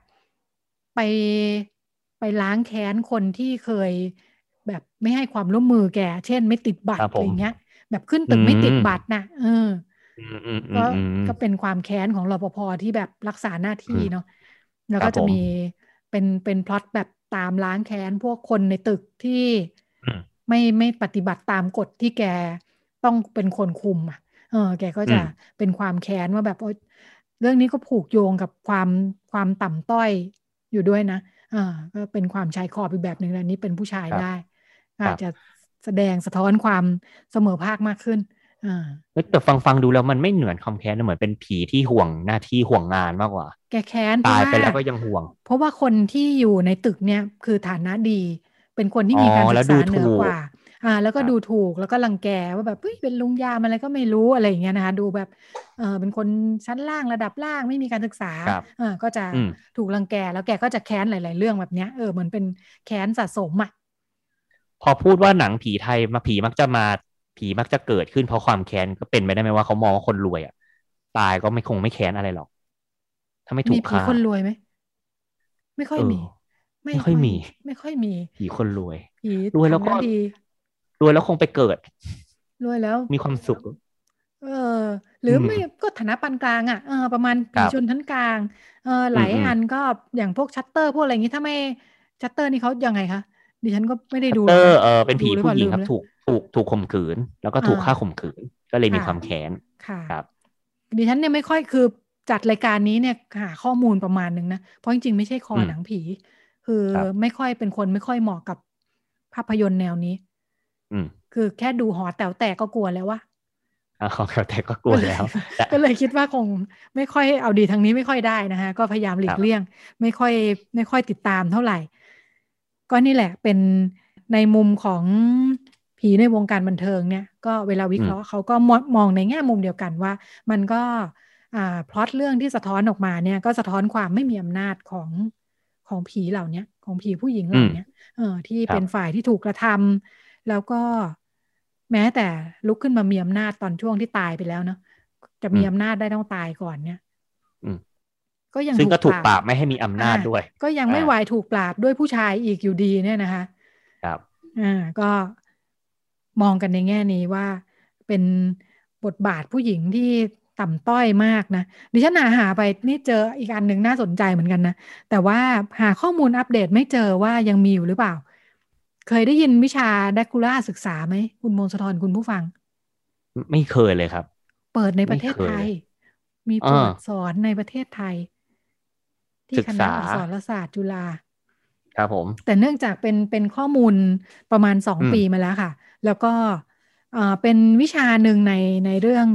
ไปล้างแค้นคนที่เคยแบบไม่ให้ความร่วมมือแกเช่นไม่ติดบัตรอะไรเงี้ยแบบขึ้นตึกไม่ติดบัตรนะก็เป็นความแค้นของรปภ.ที่แบบรักษาหน้าที่เนาะแล้วก็จะมีเป็นพล็อตแบบตามล้างแค้นพวกคนในตึกที่ไม่ปฏิบัติตามกฎที่แกต้องเป็นคนคุมแกก็จะเป็นความแค้นว่าแบบเรื่องนี้ก็ผูกโยงกับความต่ำต้อยอยู่ด้วยนะก็เป็นความชายขอบอีกแบบหนึ่งอันนี้เป็นผู้ชายได้อาจจะแสดงสะท้อนความเสมอภาคมากขึ้นแต่ฟังดูแล้วมันไม่เหมือนความแค้นเหมือนเป็นผีที่ห่วงหน้าที่ห่วงงานมากกว่าแกแค้นตายไปแล้วก็ยังห่วงเพราะว่าคนที่อยู่ในตึกเนี่ยคือฐานะดีเป็นคนที่มีการศึกษาเหนือกว่าแล้วก็ดูถูกแล้วก็รังแกว่าแบบเป็นลุงยามอะไรก็ไม่รู้อะไรอย่างเงี้ยนะคะดูแบบเป็นคนชั้นล่างระดับล่างไม่มีการศึกษาก็จะถูกรังแกแล้วแกก็จะแค้นหลายๆเรื่องแบบเนี้ยเหมือนเป็นแค้นสะสมอ่ะพอพูดว่าหนังผีไทยผีมักจะเกิดขึ้นเพราะความแค้นก็เป็นไปได้ไหมว่าเขามองว่าคนรวยอ่ะตายก็คงไม่แค้นอะไรหรอกถ้าไม่ถูกฆ่ามีผีคนรวยไหมไม่ค่อยมีไม่ค่อยมีผีคนรวยแล้วก็รวยแล้วคงไปเกิดรวยแล้วมีความสุขหรือไม่ก็ฐานะปานกลางอ่ะประมาณผีชนชั้นกลางหลายอันก็อย่างพวกชัตเตอร์พวกอะไรอย่างงี้ถ้าไม่ชัตเตอร์นี่เขายังไงคะดิฉันก็ไม่ได้ดูชัตเตอร์เป็นผีผู้หญิงครับถูกข่มขืนแล้วก็ถูกฆ่าข่มขืนก็เลยมีความแค้นครับดิฉันเนี่ยไม่ค่อยคือจัดรายการนี้เนี่ยหาข้อมูลประมาณนึงนะเพราะจริงๆไม่ใช่คอหนังผีคือไม่ค่อยเป็นคนไม่ค่อยเหมาะกับภาพยนตร์แนวนี้คือแค่ดูหอแต๋วแตกก็กลัวแล้วว่าหอแต๋วแตกก็กลัวแล้วก็เลยคิดว่าคงไม่ค่อยเอาดีทางนี้ไม่ค่อยได้นะฮะก็พยายามหลีกเลี่ยงไม่ค่อยติดตามเท่าไหร่ก็นี่แหละเป็นในมุมของผีในวงการบันเทิงเนี่ยก็เวลาวิเคราะห์เขาก็มองในแง่มุมเดียวกันว่ามันก็พล็อตเรื่องที่สะท้อนออกมาเนี่ยก็สะท้อนความไม่มีอำนาจของผีเหล่านี้ของผีผู้หญิงเหล่านี้ที่เป็นฝ่ายที่ถูกกระทำแล้วก็แม้แต่ลุกขึ้นมามีอำนาจตอนช่วงที่ตายไปแล้วเนาะจะมีอำนาจได้ต้องตายก่อนเนี่ยก็ยังซึ่งก็ถูกปราบไม่ให้มีอำนาจด้วยก็ยังไม่ไหวถูกปราบด้วยผู้ชายอีกอยู่ดีเนี่ยนะคะครับก็มองกันในแง่นี้ว่าเป็นบทบาทผู้หญิงที่ต่ำต้อยมากนะดิฉันหาไปนี่เจออีกอันหนึ่งน่าสนใจเหมือนกันนะแต่ว่าหาข้อมูลอัปเดตไม่เจอว่ายังมีอยู่หรือเปล่าเคยได้ยินวิชาแดคูล่าศึกษาไหมคุณมงคลธรคุณผู้ฟังไม่เคยเลยครับเปิดในประเทศไทยมีเปิดสอนในประเทศไทยที่คณะอักษรศาสตร์จุฬาครับผมแต่เนื่องจากเป็นข้อมูลประมาณ2 ปีมาแล้วค่ะแล้วก็เป็นวิชาหนึ่งในเรื่อง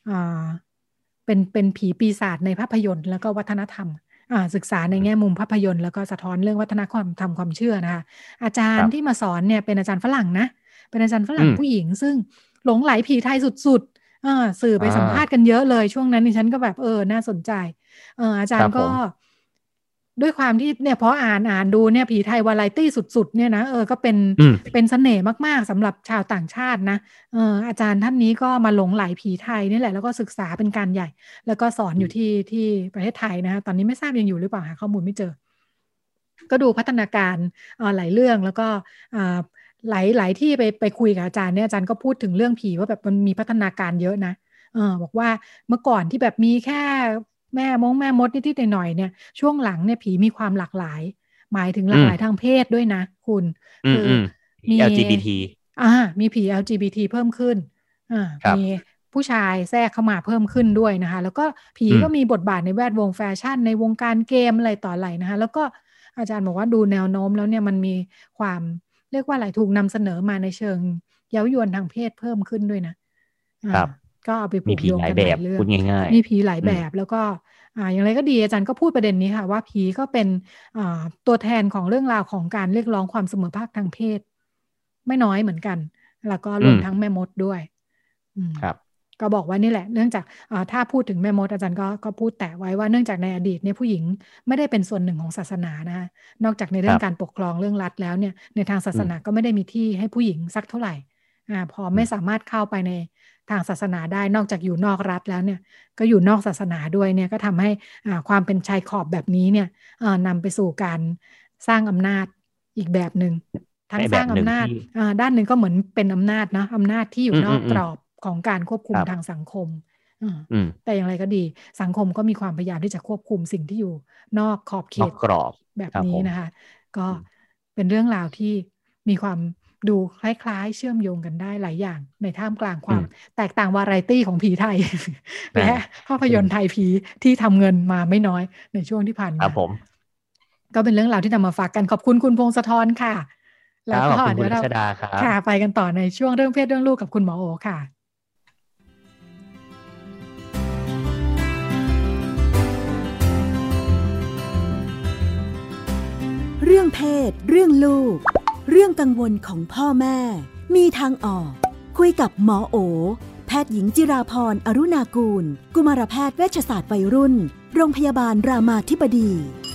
เป็นผีปีศาจในภาพยนตร์แล้วก็วัฒนธรรมศึกษาในแง่มุมภาพยนตร์แล้วก็สะท้อนเรื่องวัฒนธรรมความเชื่อนะคะอาจารย์ที่มาสอนเนี่ยเป็นอาจารย์ฝรั่งนะเป็นอาจารย์ฝรั่งผู้หญิงซึ่งหลงไหลผีไทยสุดๆสื่อไปสัมภาษณ์กันเยอะเลยช่วงนั้นดิฉันก็แบบน่าสนใจอาจารย์ก็ด้วยความที่เนี่ยพออ่านดูเนี่ยผีไทยวาไรตี้สุดๆเนี่ยนะก็เป็นเสน่ห์มากๆสำหรับชาวต่างชาตินะอาจารย์ท่านนี้ก็มาหลงไหลผีไทยนี่แหละแล้วก็ศึกษาเป็นการใหญ่แล้วก็สอนอยู่ที่ประเทศไทยนะตอนนี้ไม่ทราบยังอยู่หรือเปล่าหาข้อมูลไม่เจอก็ดูพัฒนาการหลายเรื่องแล้วก็หลายที่ไปคุยกับอาจารย์เนี่ยอาจารย์ก็พูดถึงเรื่องผีว่าแบบมันมีพัฒนาการเยอะนะบอกว่าเมื่อก่อนที่แบบมีแค่แม่มดนิดๆหน่อยๆเนี่ยช่วงหลังเนี่ยผีมีความหลากหลายหมายถึงหลากหลายทางเพศด้วยนะคุณคือมี LGBT มีผี LGBT เพิ่มขึ้นมีผู้ชายแทรกเข้ามาเพิ่มขึ้นด้วยนะคะแล้วก็ผีก็มีบทบาทในแวดวงแฟชั่นในวงการเกมอะไรต่ออะไรนะคะแล้วก็อาจารย์บอกว่าดูแนวโน้มแล้วเนี่ยมันมีความเรียกว่าอะไรถูกนำเสนอมาในเชิงเย้ายวนทางเพศเพิ่มขึ้นด้วยนะครับก็เอาไปผูกโยงกันหลายเรื่องมีผีหลายแบบแล้วก็อย่างไรก็ดีอาจารย์ก็พูดประเด็นนี้ค่ะว่าผีก็เป็นตัวแทนของเรื่องราวของการเรียกร้องความเสมอภาคทางเพศไม่น้อยเหมือนกันแล้วก็รวมทั้งแม่มดด้วยครับก็บอกว่านี่แหละเนื่องจากถ้าพูดถึงแม่มดอาจารย์ก็พูดแต่ไว้ว่าเนื่องจากในอดีตเนี่ยผู้หญิงไม่ได้เป็นส่วนหนึ่งของศาสนานะคะนอกจากในเรื่องการปกครองเรื่องรัฐแล้วเนี่ยในทางศาสนาก็ไม่ได้มีที่ให้ผู้หญิงสักเท่าไหร่พอไม่สามารถเข้าไปในทางศาสนาได้นอกจากอยู่นอกรัฐแล้วเนี่ยก็อยู่นอกศาสนาด้วยเนี่ยก็ทำให้ความเป็นชายขอบแบบนี้เนี่ยนำไปสู่การสร้างอำนาจอีกแบบหนึ่งทั้งสร้างอำนาจด้านหนึ่งก็เหมือนเป็นอำนาจนะอำนาจที่อยู่นอกกรอบของการควบคุมทางสังคมแต่อย่างไรก็ดีสังคมก็มีความพยายามที่จะควบคุมสิ่งที่อยู่นอกขอบเขตแบบนี้นะคะก็เป็นเรื่องราวที่มีความดูคล้ายๆเชื่อมโยงกันได้หลายอย่างในท่ามกลางความแตกต่างวาไรตี้ของผีไทยและภาพยนตร์ไทยผีที่ทำเงินมาไม่น้อยในช่วงที่ผ่านมาก็เป็นเรื่องราวที่นำมาฝากกันขอบคุณคุณพงศธรค่ะแล้วก็เดี๋ยวเราค่ะไปกันต่อในช่วงเรื่องเพศเรื่องลูกกับคุณหมอโอค่ะเรื่องเพศเรื่องลูกเรื่องกังวลของพ่อแม่มีทางออกคุยกับหมอโอแพทย์หญิงจิราพรอรุณากูลกุมารแพทย์เวชศาสตร์วัยรุ่นโรงพยาบาลรามาธิบดี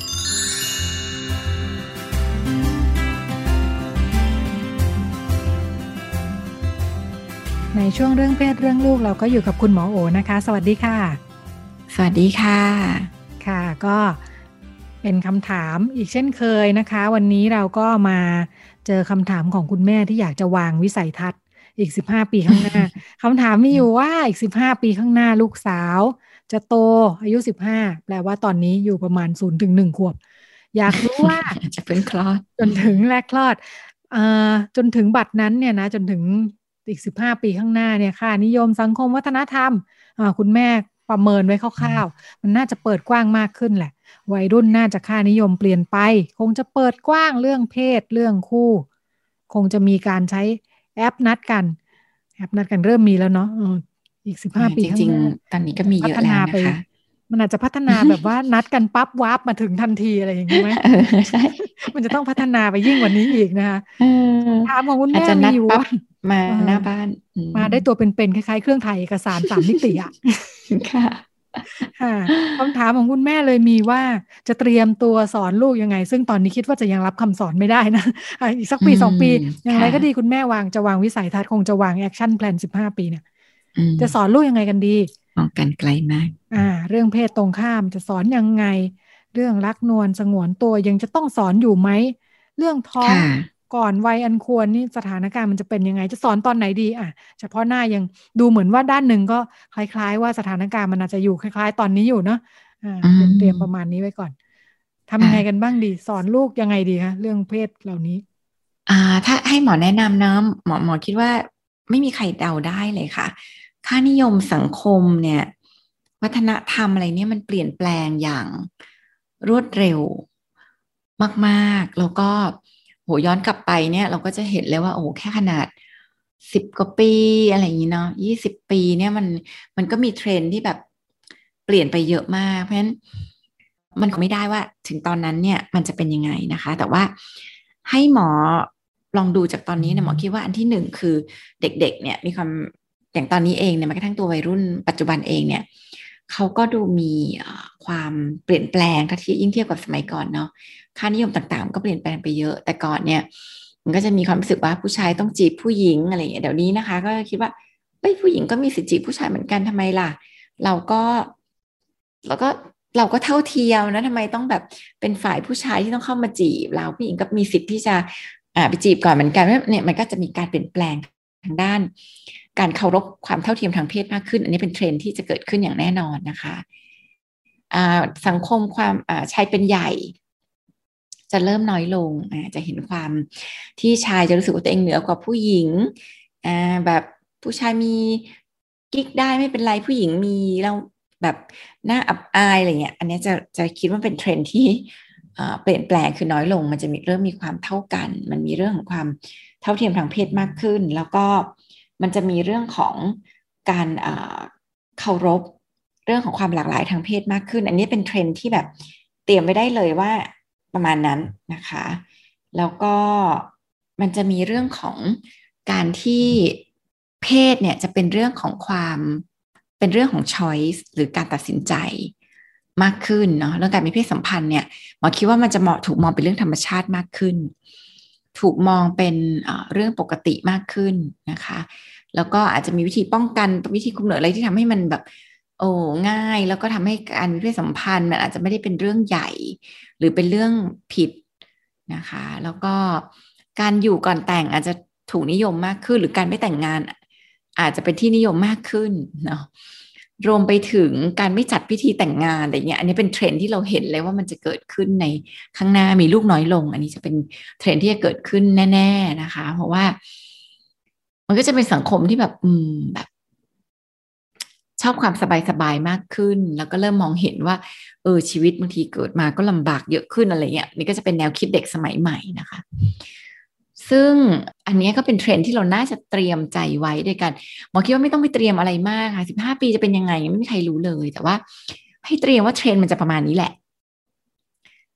ในช่วงเรื่องเพศเรื่องลูกเราก็อยู่กับคุณหมอโอนะคะสวัสดีค่ะสวัสดีค่ะค่ะก็เป็นคำถามอีกเช่นเคยนะคะวันนี้เราก็มาเจอคำถามของคุณแม่ที่อยากจะวางวิสัยทัศน์อีก15ปีข้างหน้า คำถามมีอยู่ว่าอีก15ปีข้างหน้าลูกสาวจะโตอายุ15แปลว่าตอนนี้อยู่ประมาณ 0-1 ขวบอยากรู้ว่าจะเป็นคลอดจนถึงแรกคลอดจนถึงบัดนั้นเนี่ยนะจนถึงอีก15ปีข้างหน้าเนี่ยค่ะนิยมสังคมวัฒนธรรมคุณแม่ประเมินไว้คร่าวๆมันน่าจะเปิดกว้างมากขึ้นแหละวัยรุ่นน่าจะค่านิยมเปลี่ยนไปคงจะเปิดกว้างเรื่องเพศเรื่องคู่คงจะมีการใช้แอปนัดกันเริ่มมีแล้วเนาะอีก15ปีข้างหน้าจริงๆตอนนี้ก็มีเยอะแล้วนะคะมันอาจจะพัฒนาแบบว่านัดกันปั๊บวาร์ปมาถึงทันทีอะไรอย่างนี้ไหมใช่มันจะต้องพัฒนาไปยิ่งกว่านี้อีกนะคะถามของคุณแม่มีอยู่ว่ามาหน้าบ้านมาได้ตัวเป็นๆคล้ายๆเครื่องถ่ายเอกสาร3 มิติอ่ะค่ะคำถามของคุณแม่เลยมีว่าจะเตรียมตัวสอนลูกยังไงซึ่งตอนนี้คิดว่าจะยังรับคำสอนไม่ได้นะอีกสักปี2 ปีอย่างไรก็ดีคุณแม่จะวางวิสัยทัศน์คงจะวางแอคชั่นแพลน15 ปีเนี่ยจะสอนลูกยังไงกันดีมองกันไกลมากเรื่องเพศตรงข้ามจะสอนยังไงเรื่องรักนวลสงวนตัวยังจะต้องสอนอยู่ไหมเรื่องท้องก่อนวัยอันควรนี่สถานการณ์มันจะเป็นยังไงจะสอนตอนไหนดีเฉพาะหน้ายังดูเหมือนว่าด้านหนึ่งก็คล้ายๆว่าสถานการณ์มันอาจจะอยู่คล้ายๆตอนนี้อยู่เนาะเตรียมประมาณนี้ไว้ก่อนทำยังไงกันบ้างดีสอนลูกยังไงดีคะเรื่องเพศเหล่านี้ถ้าให้หมอแนะนำนะหมอคิดว่าไม่มีใครเดาได้เลยค่ะค่านิยมสังคมเนี่ยวัฒนธรรมอะไรเนี่ยมันเปลี่ยนแปลงอย่างรวดเร็วมากๆแล้วก็โหย้อนกลับไปเนี่ยเราก็จะเห็นเลยว่าโอ้แค่ขนาด10 กว่าปีอะไรอย่างนี้เนาะ20 ปีเนี่ยมันก็มีเทรนด์ที่แบบเปลี่ยนไปเยอะมากเพราะฉะนั้นมันก็ไม่ได้ว่าถึงตอนนั้นเนี่ยมันจะเป็นยังไงนะคะแต่ว่าให้หมอลองดูจากตอนนี้เนี่ยหมอคิดว่าอันที่1คือเด็กๆเนี่ยมีความอย่างตอนนี้เองเนี่ยแม้กระทั่งตัววัยรุ่นปัจจุบันเองเนี่ยเขาก็ดูมีความเปลี่ยนแปลงถ้ายิ่งเทียบกับสมัยก่อนเนาะค่านิยมต่างๆก็เปลี่ยนแปลงไปเยอะแต่ก่อนเนี่ยมันก็จะมีความรู้สึกว่าผู้ชายต้องจีบผู้หญิงอะไรอย่างเงี้ยเดี๋ยวนี้นะคะก็คิดว่าผู้หญิงก็มีสิทธิจีบผู้ชายเหมือนกันทำไมล่ะเราก็เท่าเทียมนะทำไมต้องแบบเป็นฝ่ายผู้ชายที่ต้องเข้ามาจีบเราผู้หญิงก็มีสิทธิ์ที่จะไปจีบก่อนเหมือนกันเนี่ยมันก็จะมีการเปลี่ยนแปลงทางด้านการเคารพความเท่าเทียมทางเพศมากขึ้นอันนี้เป็นเทรนด์ที่จะเกิดขึ้นอย่างแน่นอนนะคะสังคมความชายเป็นใหญ่จะเริ่มน้อยลงจะเห็นความที่ชายจะรู้สึกว่าตัวเองเหนือกว่าผู้หญิงแบบผู้ชายมีกิ๊กได้ไม่เป็นไรผู้หญิงมีเราแบบหน้าอับอายอะไรเงี้ยอันนี้จะคิดว่าเป็นเทรนด์ที่เปลี่ยนแปลงคือน้อยลงมันจะเริ่มมีความเท่ากันมันมีเรื่องของความเท่าเทียมทางเพศมากขึ้นแล้วก็มันจะมีเรื่องของการเคารพเรื่องของความหลากหลายทางเพศมากขึ้นอันนี้เป็นเทรนด์ที่แบบเตรียมไว้ได้เลยว่าประมาณนั้นนะคะแล้วก็มันจะมีเรื่องของการที่เพศเนี่ยจะเป็นเรื่องของเป็นเรื่องของ choice หรือการตัดสินใจมากขึ้นเนาะเรื่องการมีเพศสัมพันธ์เนี่ยหมอคิดว่ามันจะถูกมองเป็นเรื่องธรรมชาติมากขึ้นถูกมองเป็นเรื่องปกติมากขึ้นนะคะแล้วก็อาจจะมีวิธีป้องกันวิธีคุมกำเนิดอะไรที่ทำให้มันแบบง่ายแล้วก็ทำให้การมีเพศสัมพันธ์มันอาจจะไม่ได้เป็นเรื่องใหญ่หรือเป็นเรื่องผิดนะคะแล้วก็การอยู่ก่อนแต่งอาจจะถูกนิยมมากขึ้นหรือการไม่แต่งงานอาจจะเป็นที่นิยมมากขึ้นเนาะรวมไปถึงการไม่จัดพิธีแต่งงานอะไรเงี้ยอันนี้เป็นเทรนด์ที่เราเห็นเลยว่ามันจะเกิดขึ้นในข้างหน้ามีลูกน้อยลงอันนี้จะเป็นเทรนด์ที่จะเกิดขึ้นแน่ๆนะคะเพราะว่ามันก็จะเป็นสังคมที่แบบแบบชอบความสบายๆมากขึ้นแล้วก็เริ่มมองเห็นว่าชีวิตบางทีเกิดมาก็ลำบากเยอะขึ้นอะไรเงี้ยนี่ก็จะเป็นแนวคิดเด็กสมัยใหม่นะคะซึ่งอันนี้ก็เป็นเทรนด์ที่เราน่าจะเตรียมใจไว้ด้วยกันหมอคิดว่าไม่ต้องไปเตรียมอะไรมากค่ะ15 ปีจะเป็นยังไงไม่มีใครรู้เลยแต่ว่าให้เตรียมว่าเทรนด์มันจะประมาณนี้แหละ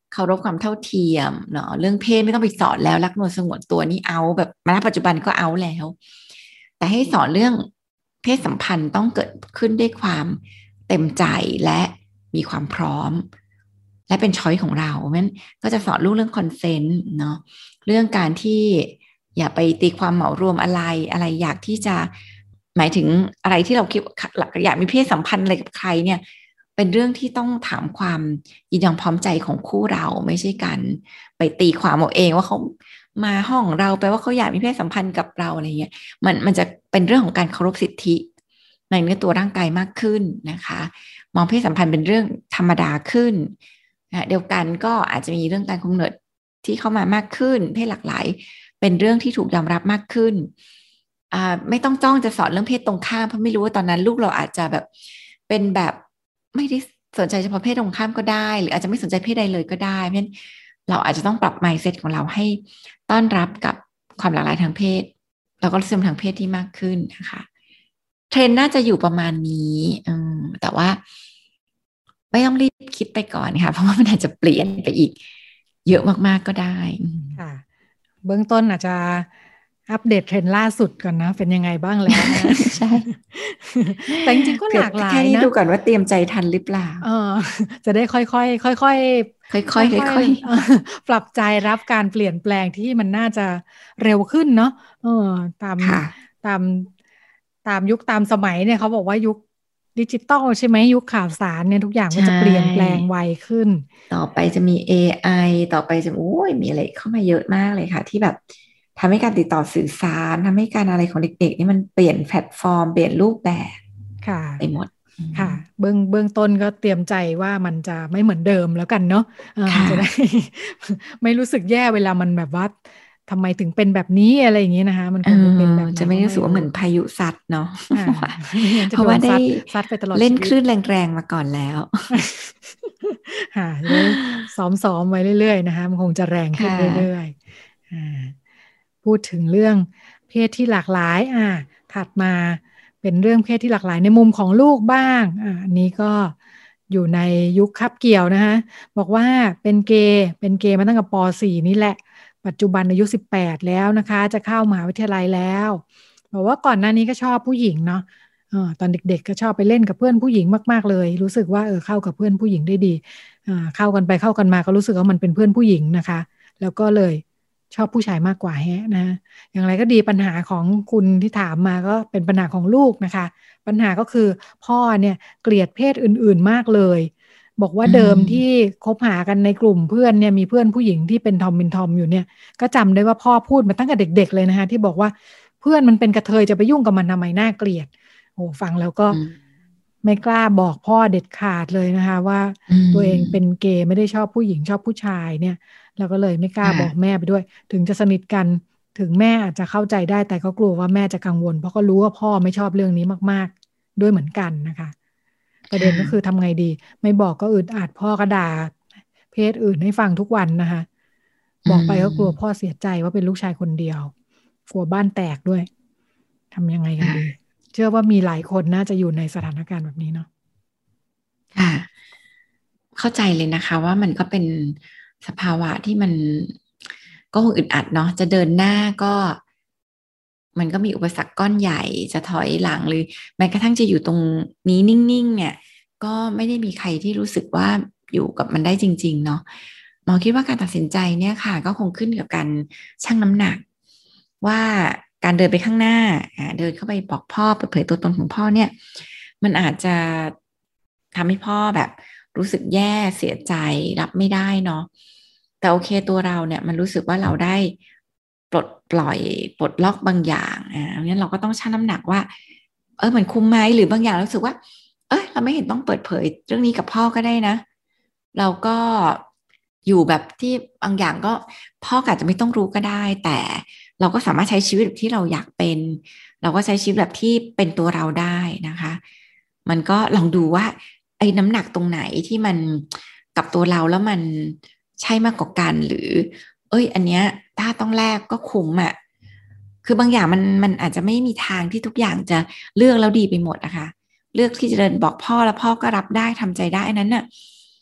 เคารพความเท่าเทียมเนาะเรื่องเพศไม่ต้องไปสอนแล้วรักนวลสงวนตัวนี่เอาแบบณปัจจุบันก็เอาแล้วแต่ให้สอนเรื่องเพศสัมพันธ์ต้องเกิดขึ้นด้วยความเต็มใจและมีความพร้อมและเป็นช้อยของเราเพราะฉะนั้นก็จะสอนลูกเรื่องคอนเซนต์เนาะเรื่องการที่อย่าไปตีความเหมารวมอะไรอยากที่จะหมายถึงอะไรที่เราคิดอยากมีเพศสัมพันธ์อะไรกับใครเนี่ยเป็นเรื่องที่ต้องถามความยินยอมพร้อมใจของคู่เราไม่ใช่การไปตีความเอาเองว่าเขามาห้องเราแปลว่าเขาอยากมีเพศสัมพันธ์กับเราอะไรเงี้ยมันจะเป็นเรื่องของการเคารพสิทธิในเนื้อตัวร่างกายมากขึ้นนะคะมองเพศสัมพันธ์เป็นเรื่องธรรมดาขึ้นเดียวกันก็อาจจะมีเรื่องการกำเนิดที่เข้ามามากขึ้นเพศหลากหลายเป็นเรื่องที่ถูกยอมรับมากขึ้นไม่ต้องจ้องจะสอนเรื่องเพศตรงข้ามเพราะไม่รู้ว่าตอนนั้นลูกเราอาจจะแบบเป็นแบบไม่ได้สนใจเฉพาะเพศตรงข้ามก็ได้หรืออาจจะไม่สนใจเพศใดเลยก็ได้เพราะฉะนั้นเราอาจจะต้องปรับ mindset ของเราให้ต้อนรับกับความหลากหลายทางเพศแล้วก็รสนิยมทางเพศที่มากขึ้นนะคะเทรนด์น่าจะอยู่ประมาณนี้แต่ว่าไม่ต้องรีบคิดไปก่อนค่ะเพราะว่ามันอาจจะเปลี่ยนไปอีกเยอะมากๆก็ได้ค่ะเบื้องต้นอาจจะอัปเดตเทรนด์ล่าสุดก่อนนะเป็นยังไงบ้างแล้วนะใช่แต่จริงๆก็หลากหลายนะแค่นี้ดูก่อนว่าเตรียมใจทันหรือเปล่าจะได้ค่อยๆปรับใจรับการเปลี่ยนแปลงที่มันน่าจะเร็วขึ้นเนาะตามยุคตามสมัยเนี่ยเขาบอกว่ายุคดิจิตอลใช่ไหมยุคข่าวสารเนี่ยทุกอย่างก็จะเปลี่ยนแปลงไวขึ้นต่อไปจะมี AI ต่อไปจะมีอะไรเข้ามาเยอะมากเลยค่ะที่แบบทำให้การติดต่อสื่อสารทำให้การอะไรของเด็กๆนี่มันเปลี่ยนแพลตฟอร์มเปลี่ยนรูปแบบไปหมดค่ะเบื้องต้นก็เตรียมใจว่ามันจะไม่เหมือนเดิมแล้วกันเนาะจะได้ ไม่รู้สึกแย่เวลามันแบบว่าทำไมถึงเป็นแบบนี้อะไรอย่างนี้นะคะมันคงเป็นแบบจะไม่รู้สึกว่าเหมือนพายุซัดเนาะเพราะว่าได้ซัดไปตลอดเล่นคลื่นแรงๆมาก่อนแล้วค่ะซ้อมไว้เรื่อยๆนะคะมันคงจะแรงขึ้นเรื่อยๆพูดถึงเรื่องเพศที่หลากหลายถัดมาเป็นเรื่องเพศที่หลากหลายในมุมของลูกบ้างอันนี้ก็อยู่ในยุคคับเกี่ยวนะคะบอกว่าเป็นเกย์มาตั้งแต่ป.4 นี่แหละปัจจุบันอายุ18แล้วนะคะจะเข้ามหาวิทยาลัยแล้วบอกว่าก่อนหน้านี้ก็ชอบผู้หญิงเนาะตอนเด็กๆก็ชอบไปเล่นกับเพื่อนผู้หญิงมากๆเลยรู้สึกว่าเข้ากับเพื่อนผู้หญิงได้ดีเข้ากันไปเข้ากันมาก็รู้สึกว่ามันเป็นเพื่อนผู้หญิงนะคะแล้วก็เลยชอบผู้ชายมากกว่านะอย่างไรก็ดีปัญหาของคุณที่ถามมาก็เป็นปัญหาของลูกนะคะปัญหาก็คือพ่อเนี่ยเกลียดเพศอื่นๆมากเลยบอกว่าเดิมที่คบหากันในกลุ่มเพื่อนเนี่ยมีเพื่อนผู้หญิงที่เป็นทอมอยู่เนี่ยก็จำได้ว่าพ่อพูดมาตั้งแต่เด็กๆเลยนะคะที่บอกว่าเพื่อนมันเป็นกระเทยจะไปยุ่งกับมันทำไมน่าเกลียดโอ้ฟังแล้วก็ไม่กล้าบอกพ่อเด็ดขาดเลยนะคะว่าตัวเองเป็นเกย์ไม่ได้ชอบผู้หญิงชอบผู้ชายเนี่ยแล้วก็เลยไม่กล้าบอกแม่ไปด้วยถึงจะสนิทกันถึงแม่อาจจะเข้าใจได้แต่ก็กลัวว่าแม่จะกังวลเพราะก็รู้ว่าพ่อไม่ชอบเรื่องนี้มากๆด้วยเหมือนกันนะคะประเด็นก็คือทำไงดีไม่บอกก็อึดอัดพ่อก็ด่าเพศอื่นให้ฟังทุกวันนะคะบอกไปก็กลัวพ่อเสียใจว่าเป็นลูกชายคนเดียวกลัวบ้านแตกด้วยทำยังไงกันดีเชื่อว่ามีหลายคนน่าจะอยู่ในสถานการณ์แบบนี้เนาะค่ะเข้าใจเลยนะคะว่ามันก็เป็นสภาวะที่มันก็คงอึดอัดเนาะจะเดินหน้าก็มันก็มีอุปสรรคก้อนใหญ่จะถอยหลังหรือแม้กระทั่งจะอยู่ตรงนี้นิ่งๆเนี่ยก็ไม่ได้มีใครที่รู้สึกว่าอยู่กับมันได้จริงๆเนาะหมอคิดว่าการตัดสินใจเนี่ยค่ะก็คงขึ้นกับการชั่งน้ำหนักว่าการเดินไปข้างหน้าเดินเข้าไปบอกพ่อเปิดเผยตัวตนของพ่อเนี่ยมันอาจจะทำให้พ่อแบบรู้สึกแย่เสียใจรับไม่ได้เนาะแต่โอเคตัวเราเนี่ยมันรู้สึกว่าเราได้ปลดปล่อยปลดล็อกบางอย่างงั้นเราก็ต้องชั่งน้ำหนักว่ามันคุ้มไหมหรือบางอย่างรู้สึกว่าเราไม่เห็นต้องเปิดเผยเรื่องนี้กับพ่อก็ได้นะเราก็อยู่แบบที่บางอย่างก็พ่ออาจจะไม่ต้องรู้ก็ได้แต่เราก็สามารถใช้ชีวิตแบบที่เราอยากเป็นเราก็ใช้ชีวิตแบบที่เป็นตัวเราได้นะคะมันก็ลองดูว่าไอ้น้ำหนักตรงไหนที่มันกับตัวเราแล้วมันใช่มากกว่ากันหรืออันเนี้ยถ้าต้องแลกก็คุ้มอ่ะคือบางอย่างมันอาจจะไม่มีทางที่ทุกอย่างจะเลือกแล้วดีไปหมดนะคะเลือกที่จะเดินบอกพ่อแล้วพ่อก็รับได้ทำใจได้อันนั้นน่ะ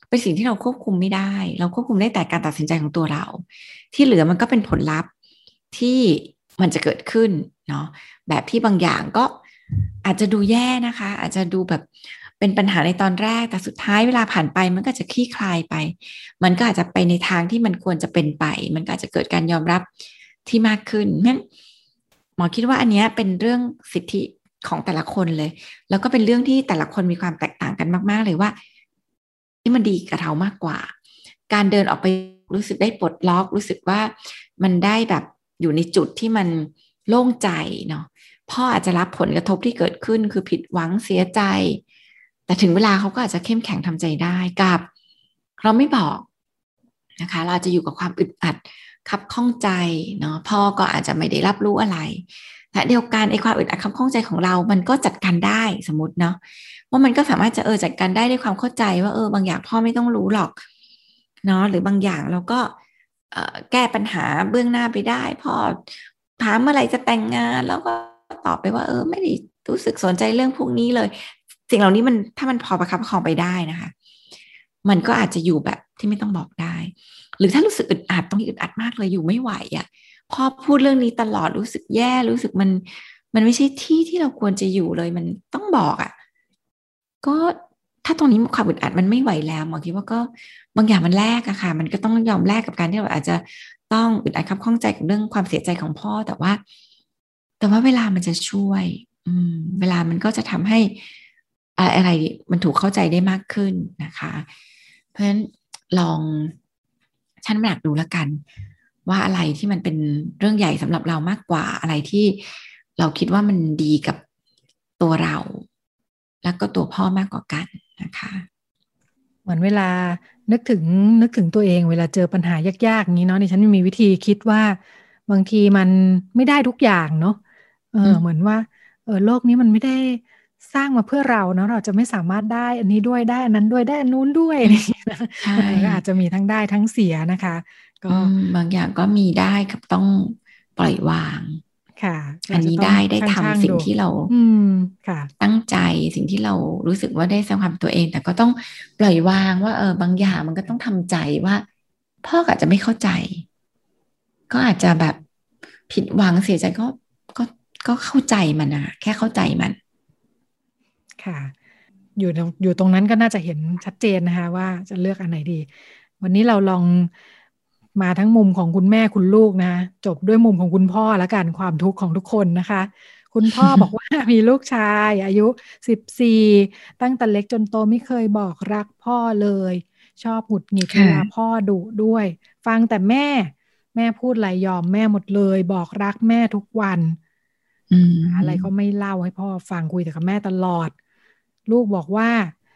เป็นสิ่งที่เราควบคุมไม่ได้เราควบคุมได้แต่การตัดสินใจของตัวเราที่เหลือมันก็เป็นผลลัพธ์ที่มันจะเกิดขึ้นเนาะแบบที่บางอย่างก็อาจจะดูแย่นะคะอาจจะดูแบบเป็นปัญหาในตอนแรกแต่สุดท้ายเวลาผ่านไปมันก็จะคลี่คลายไปมันก็อาจจะไปในทางที่มันควรจะเป็นไปมันก็อาจจะเกิดการยอมรับที่มากขึ้นเพราะฉะนั้นหมอคิดว่าอันนี้เป็นเรื่องสิทธิของแต่ละคนเลยแล้วก็เป็นเรื่องที่แต่ละคนมีความแตกต่างกันมากๆเลยว่าที่มันดีกับเรามากกว่าการเดินออกไปรู้สึกได้ปลดล็อกรู้สึกว่ามันได้แบบอยู่ในจุดที่มันโล่งใจเนาะพ่ออาจจะรับผลกระทบที่เกิดขึ้นคือผิดหวังเสียใจแต่ถึงเวลาเขาก็อาจจะเข้มแข็งทำใจได้กับเราไม่บอกนะคะเราจะอยู่กับความอึดอัดคับข้องใจเนาะพ่อก็อาจจะไม่ได้รับรู้อะไรแต่เดียวกันไอ้ความอึดอัดคับข้องใจของเรามันก็จัดการได้สมมติเนาะว่ามันก็สามารถจะจัดการได้ด้วยความเข้าใจว่าบางอย่างพ่อไม่ต้องรู้หรอกเนาะหรือบางอย่างเราก็แก้ปัญหาเบื้องหน้าไปได้พ่อถามเมื่อไหร่จะแต่งงานแล้วก็ตอบไปว่าไม่ได้รู้สึกสนใจเรื่องพวกนี้เลยสิ่งเหล่านี้มันถ้ามันพอประคับประคองไปได้นะคะมันก็อาจจะอยู่แบบที่ไม่ต้องบอกได้หรือถ้ารู้สึกอึดอัดต้องอึดอัดมากเลยอยู่ไม่ไหวอ่ะพ่อพูดเรื่องนี้ตลอดรู้สึกแย่รู้สึกมันไม่ใช่ที่เราควรจะอยู่เลยมันต้องบอกอ่ะก็ถ้าตรงนี้ความอึดอัดมันไม่ไหวแล้วหมอคิดว่าก็บางอย่างมันแลกอะค่ะมันก็ต้องยอมแลกกับการที่เราอาจจะต้องอึดอัดคับข้องใจกับเรื่องความเสียใจของพ่อแต่ว่าเวลามันจะช่วยเวลามันก็จะทำให้อะไรมันถูกเข้าใจได้มากขึ้นนะคะเพราะฉะนั้นลองชั่งน้ำหนักดูแล้วกันว่าอะไรที่มันเป็นเรื่องใหญ่สำหรับเรามากกว่าอะไรที่เราคิดว่ามันดีกับตัวเราแล้วก็ตัวพ่อมากกว่ากันนะคะเหมือนเวลานึกถึงตัวเองเวลาเจอปัญหายากๆอย่างนี้เนาะดิฉันมีวิธีคิดว่าบางทีมันไม่ได้ทุกอย่างเนาะเหมือนว่าโลกนี้มันไม่ได้สร้างมาเพื่อเราเนาะเราจะไม่สามารถได้อันนี้ด้วยได้อันนั้นด้วยได้อันนู้นด้วยนะก็อาจจะมีทั้งได้ทั้งเสียนะคะก็บางอย่างก็มีได้กับต้องปล่อยวางค่ะอันนี้ได้ทำสิ่งที่เราตั้งใจสิ่งที่เรารู้สึกว่าได้สร้างความตัวเองแต่ก็ต้องปล่อยวางว่าบางอย่างมันก็ต้องทำใจว่าพ่ออาจจะไม่เข้าใจก็อาจจะแบบผิดหวังเสียใจก็เข้าใจมันนะแค่เข้าใจมันค่ะอยู่ตรงนั้นก็น่าจะเห็นชัดเจนนะคะว่าจะเลือกอันไหนดีวันนี้เราลองมาทั้งมุมของคุณแม่คุณลูกนะจบด้วยมุมของคุณพ่อแล้วกันความทุกข์ของทุกคนนะคะคุณพ่อ บอกว่ามีลูกชายอายุ14ตั้งแต่เล็กจนโตไม่เคยบอกรักพ่อเลยชอบหงุดหงิดเวลาพ่อดุด้วยฟังแต่แม่พูดอะไรยอมแม่หมดเลยบอกรักแม่ทุกวันอะไรก็ไม่เล่าให้พ่อฟังคุยแต่กับแม่ตลอดลูกบอกว่า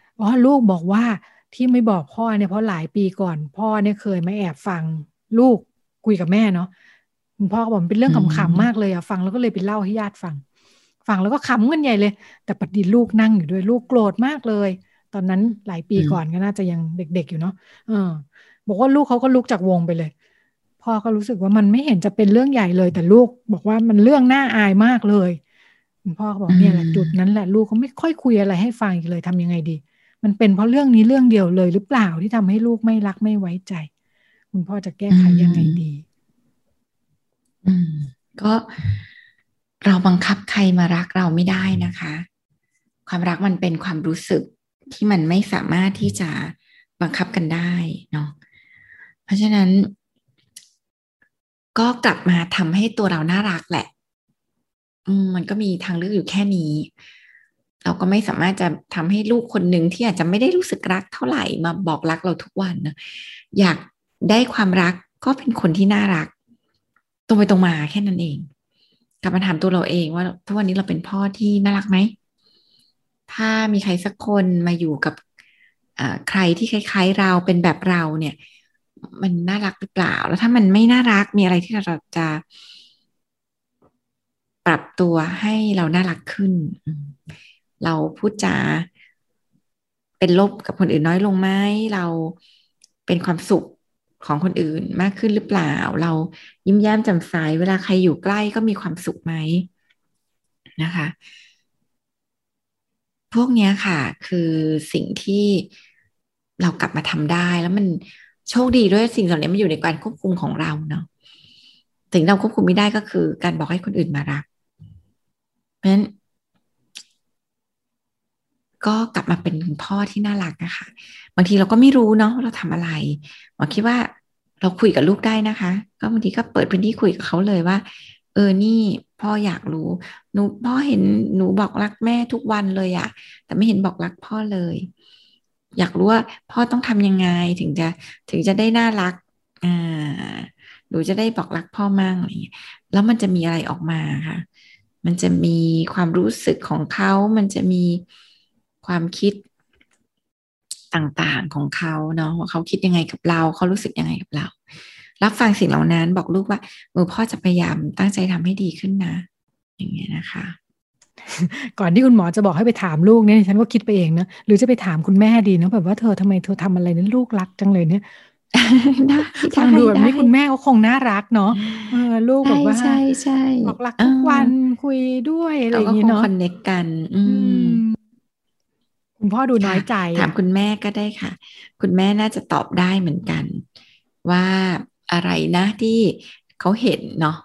ที่ไม่บอกพ่อเนี่ยเพราะหลายปีก่อนพ่อเนี่ยเคยมาแอบฟังลูกคุยกับแม่เนาะคุณพ่อก็บอกเป็นเรื่องขำๆมากเลยอะฟังแล้วก็เลยไปเล่าให้ญาติฟังแล้วก็ขำกันใหญ่เลยแต่ปฏิลูกนั่งอยู่ด้วยลูกโกรธมากเลยตอนนั้นหลายปีก่อนก็น่าจะยังเด็กๆอยู่เนาะบอกว่าลูกเขาก็ลุกจากวงไปเลยพ่อก็รู้สึกว่ามันไม่เห็นจะเป็นเรื่องใหญ่เลยแต่ลูกบอกว่ามันเรื่องน่าอายมากเลยคุณพ่อก็บอกเนี่ยแหละจุดนั้นแหละลูกเขาไม่ค่อยคุยอะไรให้ฟังอีกเลยทำยังไงดีมันเป็นเพราะเรื่องนี้เรื่องเดียวเลยหรือเปล่าที่ทำให้ลูกไม่รักไม่ไว้ใจคุณพ่อจะแก้ไขยังไงดีก็เราบังคับใครมารักเราไม่ได้นะคะความรักมันเป็นความรู้สึกที่มันไม่สามารถที่จะบังคับกันได้เนาะเพราะฉะนั้นก็กลับมาทำให้ตัวเราน่ารักแหละมันก็มีทางเลือกอยู่แค่นี้เราก็ไม่สามารถจะทำให้ลูกคนหนึ่งที่อาจจะไม่ได้รู้สึกรักเท่าไหร่มาบอกรักเราทุกวันนะอยากได้ความรักก็เป็นคนที่น่ารักตรงไปตรงมาแค่นั้นเองกลับมาถามตัวเราเองว่าทุกวันนี้เราเป็นพ่อที่น่ารักไหมถ้ามีใครสักคนมาอยู่กับใครที่คล้ายๆเราเป็นแบบเราเนี่ยมันน่ารักหรือเปล่าแล้วถ้ามันไม่น่ารักมีอะไรที่เราจะปรับตัวให้เราน่ารักขึ้นเราพูดจาเป็นลบกับคนอื่นน้อยลงไหมเราเป็นความสุขของคนอื่นมากขึ้นหรือเปล่าเรายิ้มแย้มแจ่มใสเวลาใครอยู่ใกล้ก็มีความสุขไหมนะคะพวกนี้ค่ะคือสิ่งที่เรากลับมาทำได้แล้วมันโชคดีด้วยสิ่งเหล่านี้มันอยู่ในการควบคุมของเราเนาะสิ่งเราควบคุมไม่ได้ก็คือการบอกให้คนอื่นมารักเพราะฉะนั้นก็กลับมาเป็นคุณพ่อที่น่ารักนะคะบางทีเราก็ไม่รู้เนาะเราทำอะไรหมอคิดว่าเราคุยกับลูกได้นะคะก็บางทีก็เปิดพื้นที่คุยกับเขาเลยว่านี่พ่ออยากรู้พ่อเห็นหนูบอกรักแม่ทุกวันเลยอะแต่ไม่เห็นบอกรักพ่อเลยอยากรู้ว่าพ่อต้องทำยังไงถึงจะได้น่ารักหนูจะได้บอกรักพ่อมั่งอะไรอย่างเงี้ยแล้วมันจะมีอะไรออกมาค่ะมันจะมีความรู้สึกของเขามันจะมีความคิดต่างๆของเขาเนาะว่าเขาคิดยังไงกับเราเขารู้สึกยังไงกับเรารับฟังสิ่งเหล่านั้นบอกลูกว่าพ่อจะพยายามตั้งใจทำให้ดีขึ้นนะอย่างเงี้ยนะคะก่อนที่คุณหมอจะบอกให้ไปถามลูกเนี่ยฉันก็คิดไปเองนะหรือจะไปถามคุณแม่ดีนะแบบว่าทำไมเธอทำอะไรนั้นลูกรักจังเลยเนี่ยฟังดูแบบนี้คุณแม่ก็คงน่ารักเนาะลูกแบบว่าใช่ใช่บอกรักทุกวันคุยด้วยอะไรอย่างเงี้ยเนาะคอนเนคกันคุณพ่อดูน้อยใจถามคุณแม่ก็ได้ค่ะคุณแม่น่าจะตอบได้เหมือนกันว่าอะไรนะที่เขาเห็นเนาะ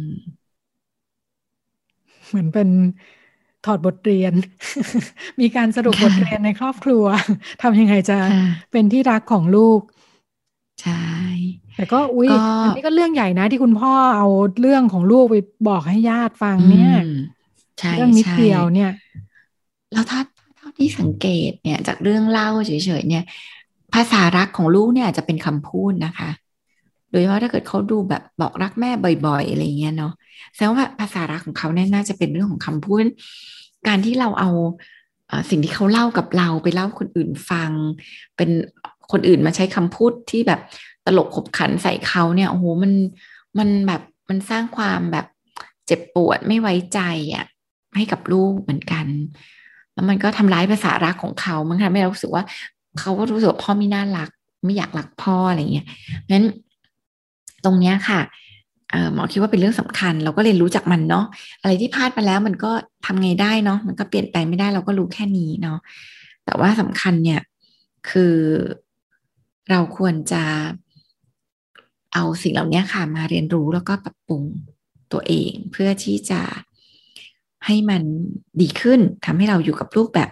เหมือนเป็นถอดบทเรียน มีการสรุปบทเรียนในครอบครัวทำยังไงจะเป็นที่รักของลูกใช่แต่ก็อันนี้ก็เรื่องใหญ่นะที่คุณพ่อเอาเรื่องของลูกไปบอกให้ญาติฟังเนี่ยเรื่องนิดเดียวเนี่ยแล้วถ้าที่สังเกตเนี่ยจากเรื่องเล่าเฉยๆเนี่ยภาษารักของลูกเนี่ยจะเป็นคำพูดนะคะโดยเฉพาะถ้าเกิดเขาดูแบบบอกรักแม่บ่อยๆอะไรเงี้ยเนาะแสดงว่าภาษารักของเขาเนี่ยน่าจะเป็นเรื่องของคำพูดการที่เราเอาสิ่งที่เขาเล่ากับเราไปเล่าคนอื่นฟังเป็นคนอื่นมาใช้คำพูดที่แบบตลกขบขันใส่เขาเนี่ยโอ้โหมันแบบมันสร้างความแบบเจ็บปวดไม่ไว้ใจอ่ะให้กับลูกเหมือนกันแล้วมันก็ทำร้ายภาษารักของเขามันทำให้เรารู้สึกว่าเขาก็รู้สึกว่าพ่อไม่น่ารักไม่อยากรักพ่ออะไรเงี้ยงั้นตรงเนี้ยค่ะหมอคิดว่าเป็นเรื่องสำคัญเราก็เรียนรู้จากมันเนาะอะไรที่พลาดไปแล้วมันก็ทำไงได้เนาะมันก็เปลี่ยนแปลงไม่ได้เราก็รู้แค่นี้เนาะแต่ว่าสำคัญเนี่ยคือเราควรจะเอาสิ่งเหล่านี้ค่ะมาเรียนรู้แล้วก็ปรับปรุงตัวเองเพื่อที่จะให้มันดีขึ้นทำให้เราอยู่กับลูกแบบ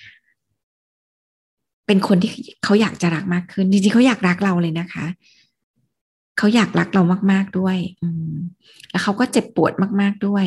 เป็นคนที่เขาอยากจะรักมากขึ้นจริงๆเขาอยากรักเราเลยนะคะเขาอยากรักเรามากๆด้วยแล้วเขาก็เจ็บปวดมากๆด้วย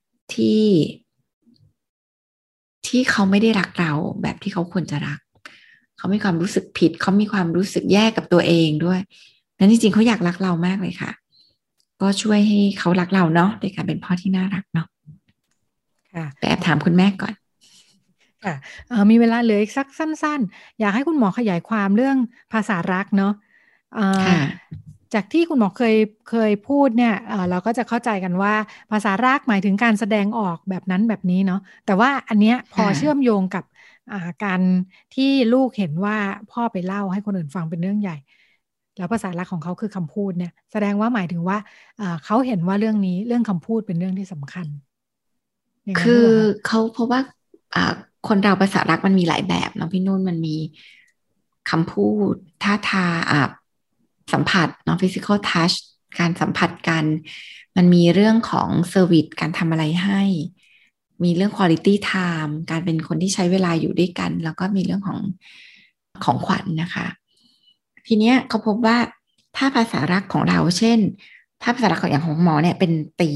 ที่เขาไม่ได้รักเราแบบที่เขาควรจะรักเขามีความรู้สึกผิดเขามีความรู้สึกแย่กับตัวเองด้วยนั้นจริงๆเขาอยากรักเรามากเลยค่ะก็ช่วยให้เขารักเราเนาะโดยการเป็นพ่อที่น่ารักเนาะไปแอบถามคุณแม่ก่อนค่ะมีเวลาเหลืออีกสักสั้นๆอยากให้คุณหมอขยายความเรื่องภาษารักเนาะจากที่คุณหมอเคยพูดเนี่ยเราก็จะเข้าใจกันว่าภาษารักหมายถึงการแสดงออกแบบนั้นแบบนี้เนาะแต่ว่าอันเนี้ยพอเชื่อมโยงกับการที่ลูกเห็นว่าพ่อไปเล่าให้คนอื่นฟังเป็นเรื่องใหญ่แล้วภาษารักของเขาคือคำพูดเนี่ยแสดงว่าหมายถึงว่าเขาเห็นว่าเรื่องคำพูดเป็นเรื่องที่สำคัญคือเขาเพราะว่าคนเราภาษารักมันมีหลายแบบเนาะพี่นุ่นมันมีคำพูดท่าทางสัมผัสเนาะ physical touch การสัมผัสกันมันมีเรื่องของ service การทำอะไรให้มีเรื่อง quality time การเป็นคนที่ใช้เวลาอยู่ด้วยกันแล้วก็มีเรื่องของขวัญ นะคะทีเนี้ยเขาพบว่าถ้าภาษารักของเราเช่นถ้าภาษารักของอย่างของหมอเนี่ยเป็นตี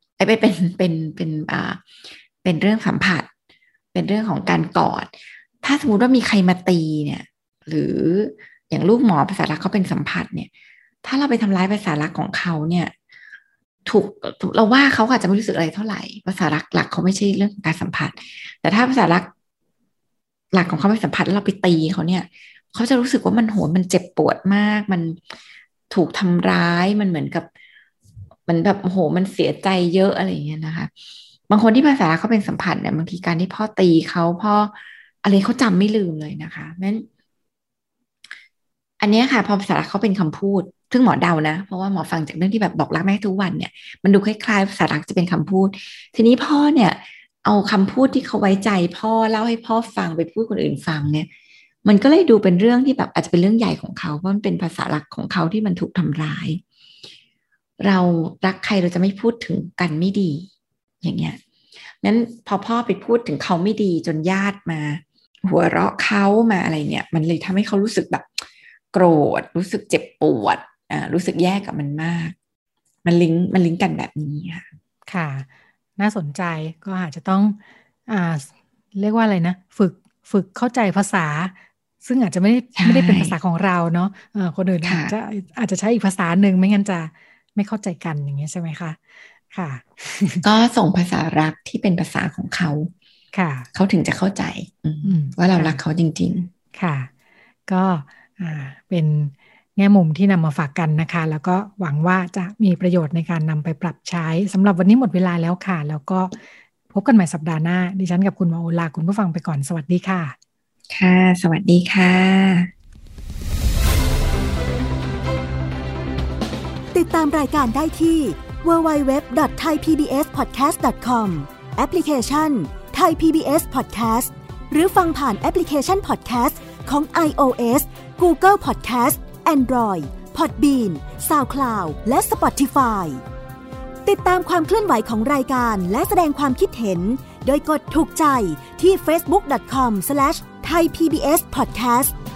เป็นเรื่องสัมผัสเป็นเรื่องของการกอดถ้าสมมติว่ามีใครมาตีเนี่ยหรืออย่างลูกหมอภาษารักเขาเป็นสัมผัสเนี่ยถ้าเราไปทำร้ายภาษารักของเขาเนี่ยถูกเราว่าเขาอาจจะไม่รู้สึกอะไรเท่าไหร่ภาษารักหลักเขาไม่ใช่เรื่องการสัมผัสแต่ถ้าภาษารักหลักของเขาเป็นสัมผัสแล้วเราไปตีเขาเนี่ยเขาจะรู้สึกว่ามันเจ็บปวดมากมันถูกทำร้ายมันเหมือนกับมันแบบโอ้โหมันเสียใจเยอะอะไรอย่างเงี้ยนะคะบางคนที่ภาษาเขาเป็นสัมผัสเนี่ยบางทีการที่พ่อตีเขาพ่ออะไรเขาจำไม่ลืมเลยนะคะนั้นอันนี้ค่ะพอภาษาเขาเป็นคำพูดซึ่งหมอเดานะเพราะว่าหมอฟังจากเรื่องที่แบบบอกรักแม่ทุกวันเนี่ยมันดูคล้ายๆภาษารักจะเป็นคำพูดทีนี้พ่อเนี่ยเอาคำพูดที่เขาไว้ใจพ่อเล่าให้พ่อฟังไปพูดคนอื่นฟังเนี่ยมันก็เลยดูเป็นเรื่องที่แบบอาจจะเป็นเรื่องใหญ่ของเขาเพราะมันเป็นภาษาหลักของเขาที่มันถูกทำร้ายเรารักใครเราจะไม่พูดถึงกันไม่ดีอย่างเงี้ยนั้นพอพ่อไปพูดถึงเขาไม่ดีจนญาติมาหัวเราะเขามาอะไรเนี่ยมันเลยทำให้เขารู้สึกแบบโกรธรู้สึกเจ็บปวดรู้สึกแย่กับมันมากมันลิงก์กันแบบนี้ค่ะค่ะน่าสนใจก็อาจจะต้องเรียกว่าอะไรนะฝึกเข้าใจภาษาซึ่งอาจจะไม่ได้เป็นภาษาของเราเนาะคนอื่นอาจจะใช้อีกภาษาหนึ่งไม่งั้นจะไม่เข้าใจกันอย่างเงี้ยใช่ไหมคะค่ะก็ส่งภาษารักที่เป็นภาษาของเขาค่ะเขาถึงจะเข้าใจว่าเรารักเขาจริงๆค่ะก็เป็นแง่มุมที่นำมาฝากกันนะคะแล้วก็หวังว่าจะมีประโยชน์ในการนำไปปรับใช้สำหรับวันนี้หมดเวลาแล้วค่ะแล้วก็พบกันใหม่สัปดาห์หน้าดิฉันกับคุณหมอโอลาคุณผู้ฟังไปก่อนสวัสดีค่ะค่ะสวัสดีค่ะติดตามรายการได้ที่ www.thaipbspodcast.com แอปพลิเคชัน Thai PBS Podcast หรือฟังผ่านแอปพลิเคชัน Podcast ของ iOS Google Podcast Android Podbean SoundCloud และ Spotify ติดตามความเคลื่อนไหวของรายการและแสดงความคิดเห็นโดยกดถูกใจที่ facebook.com/thaipbspodcast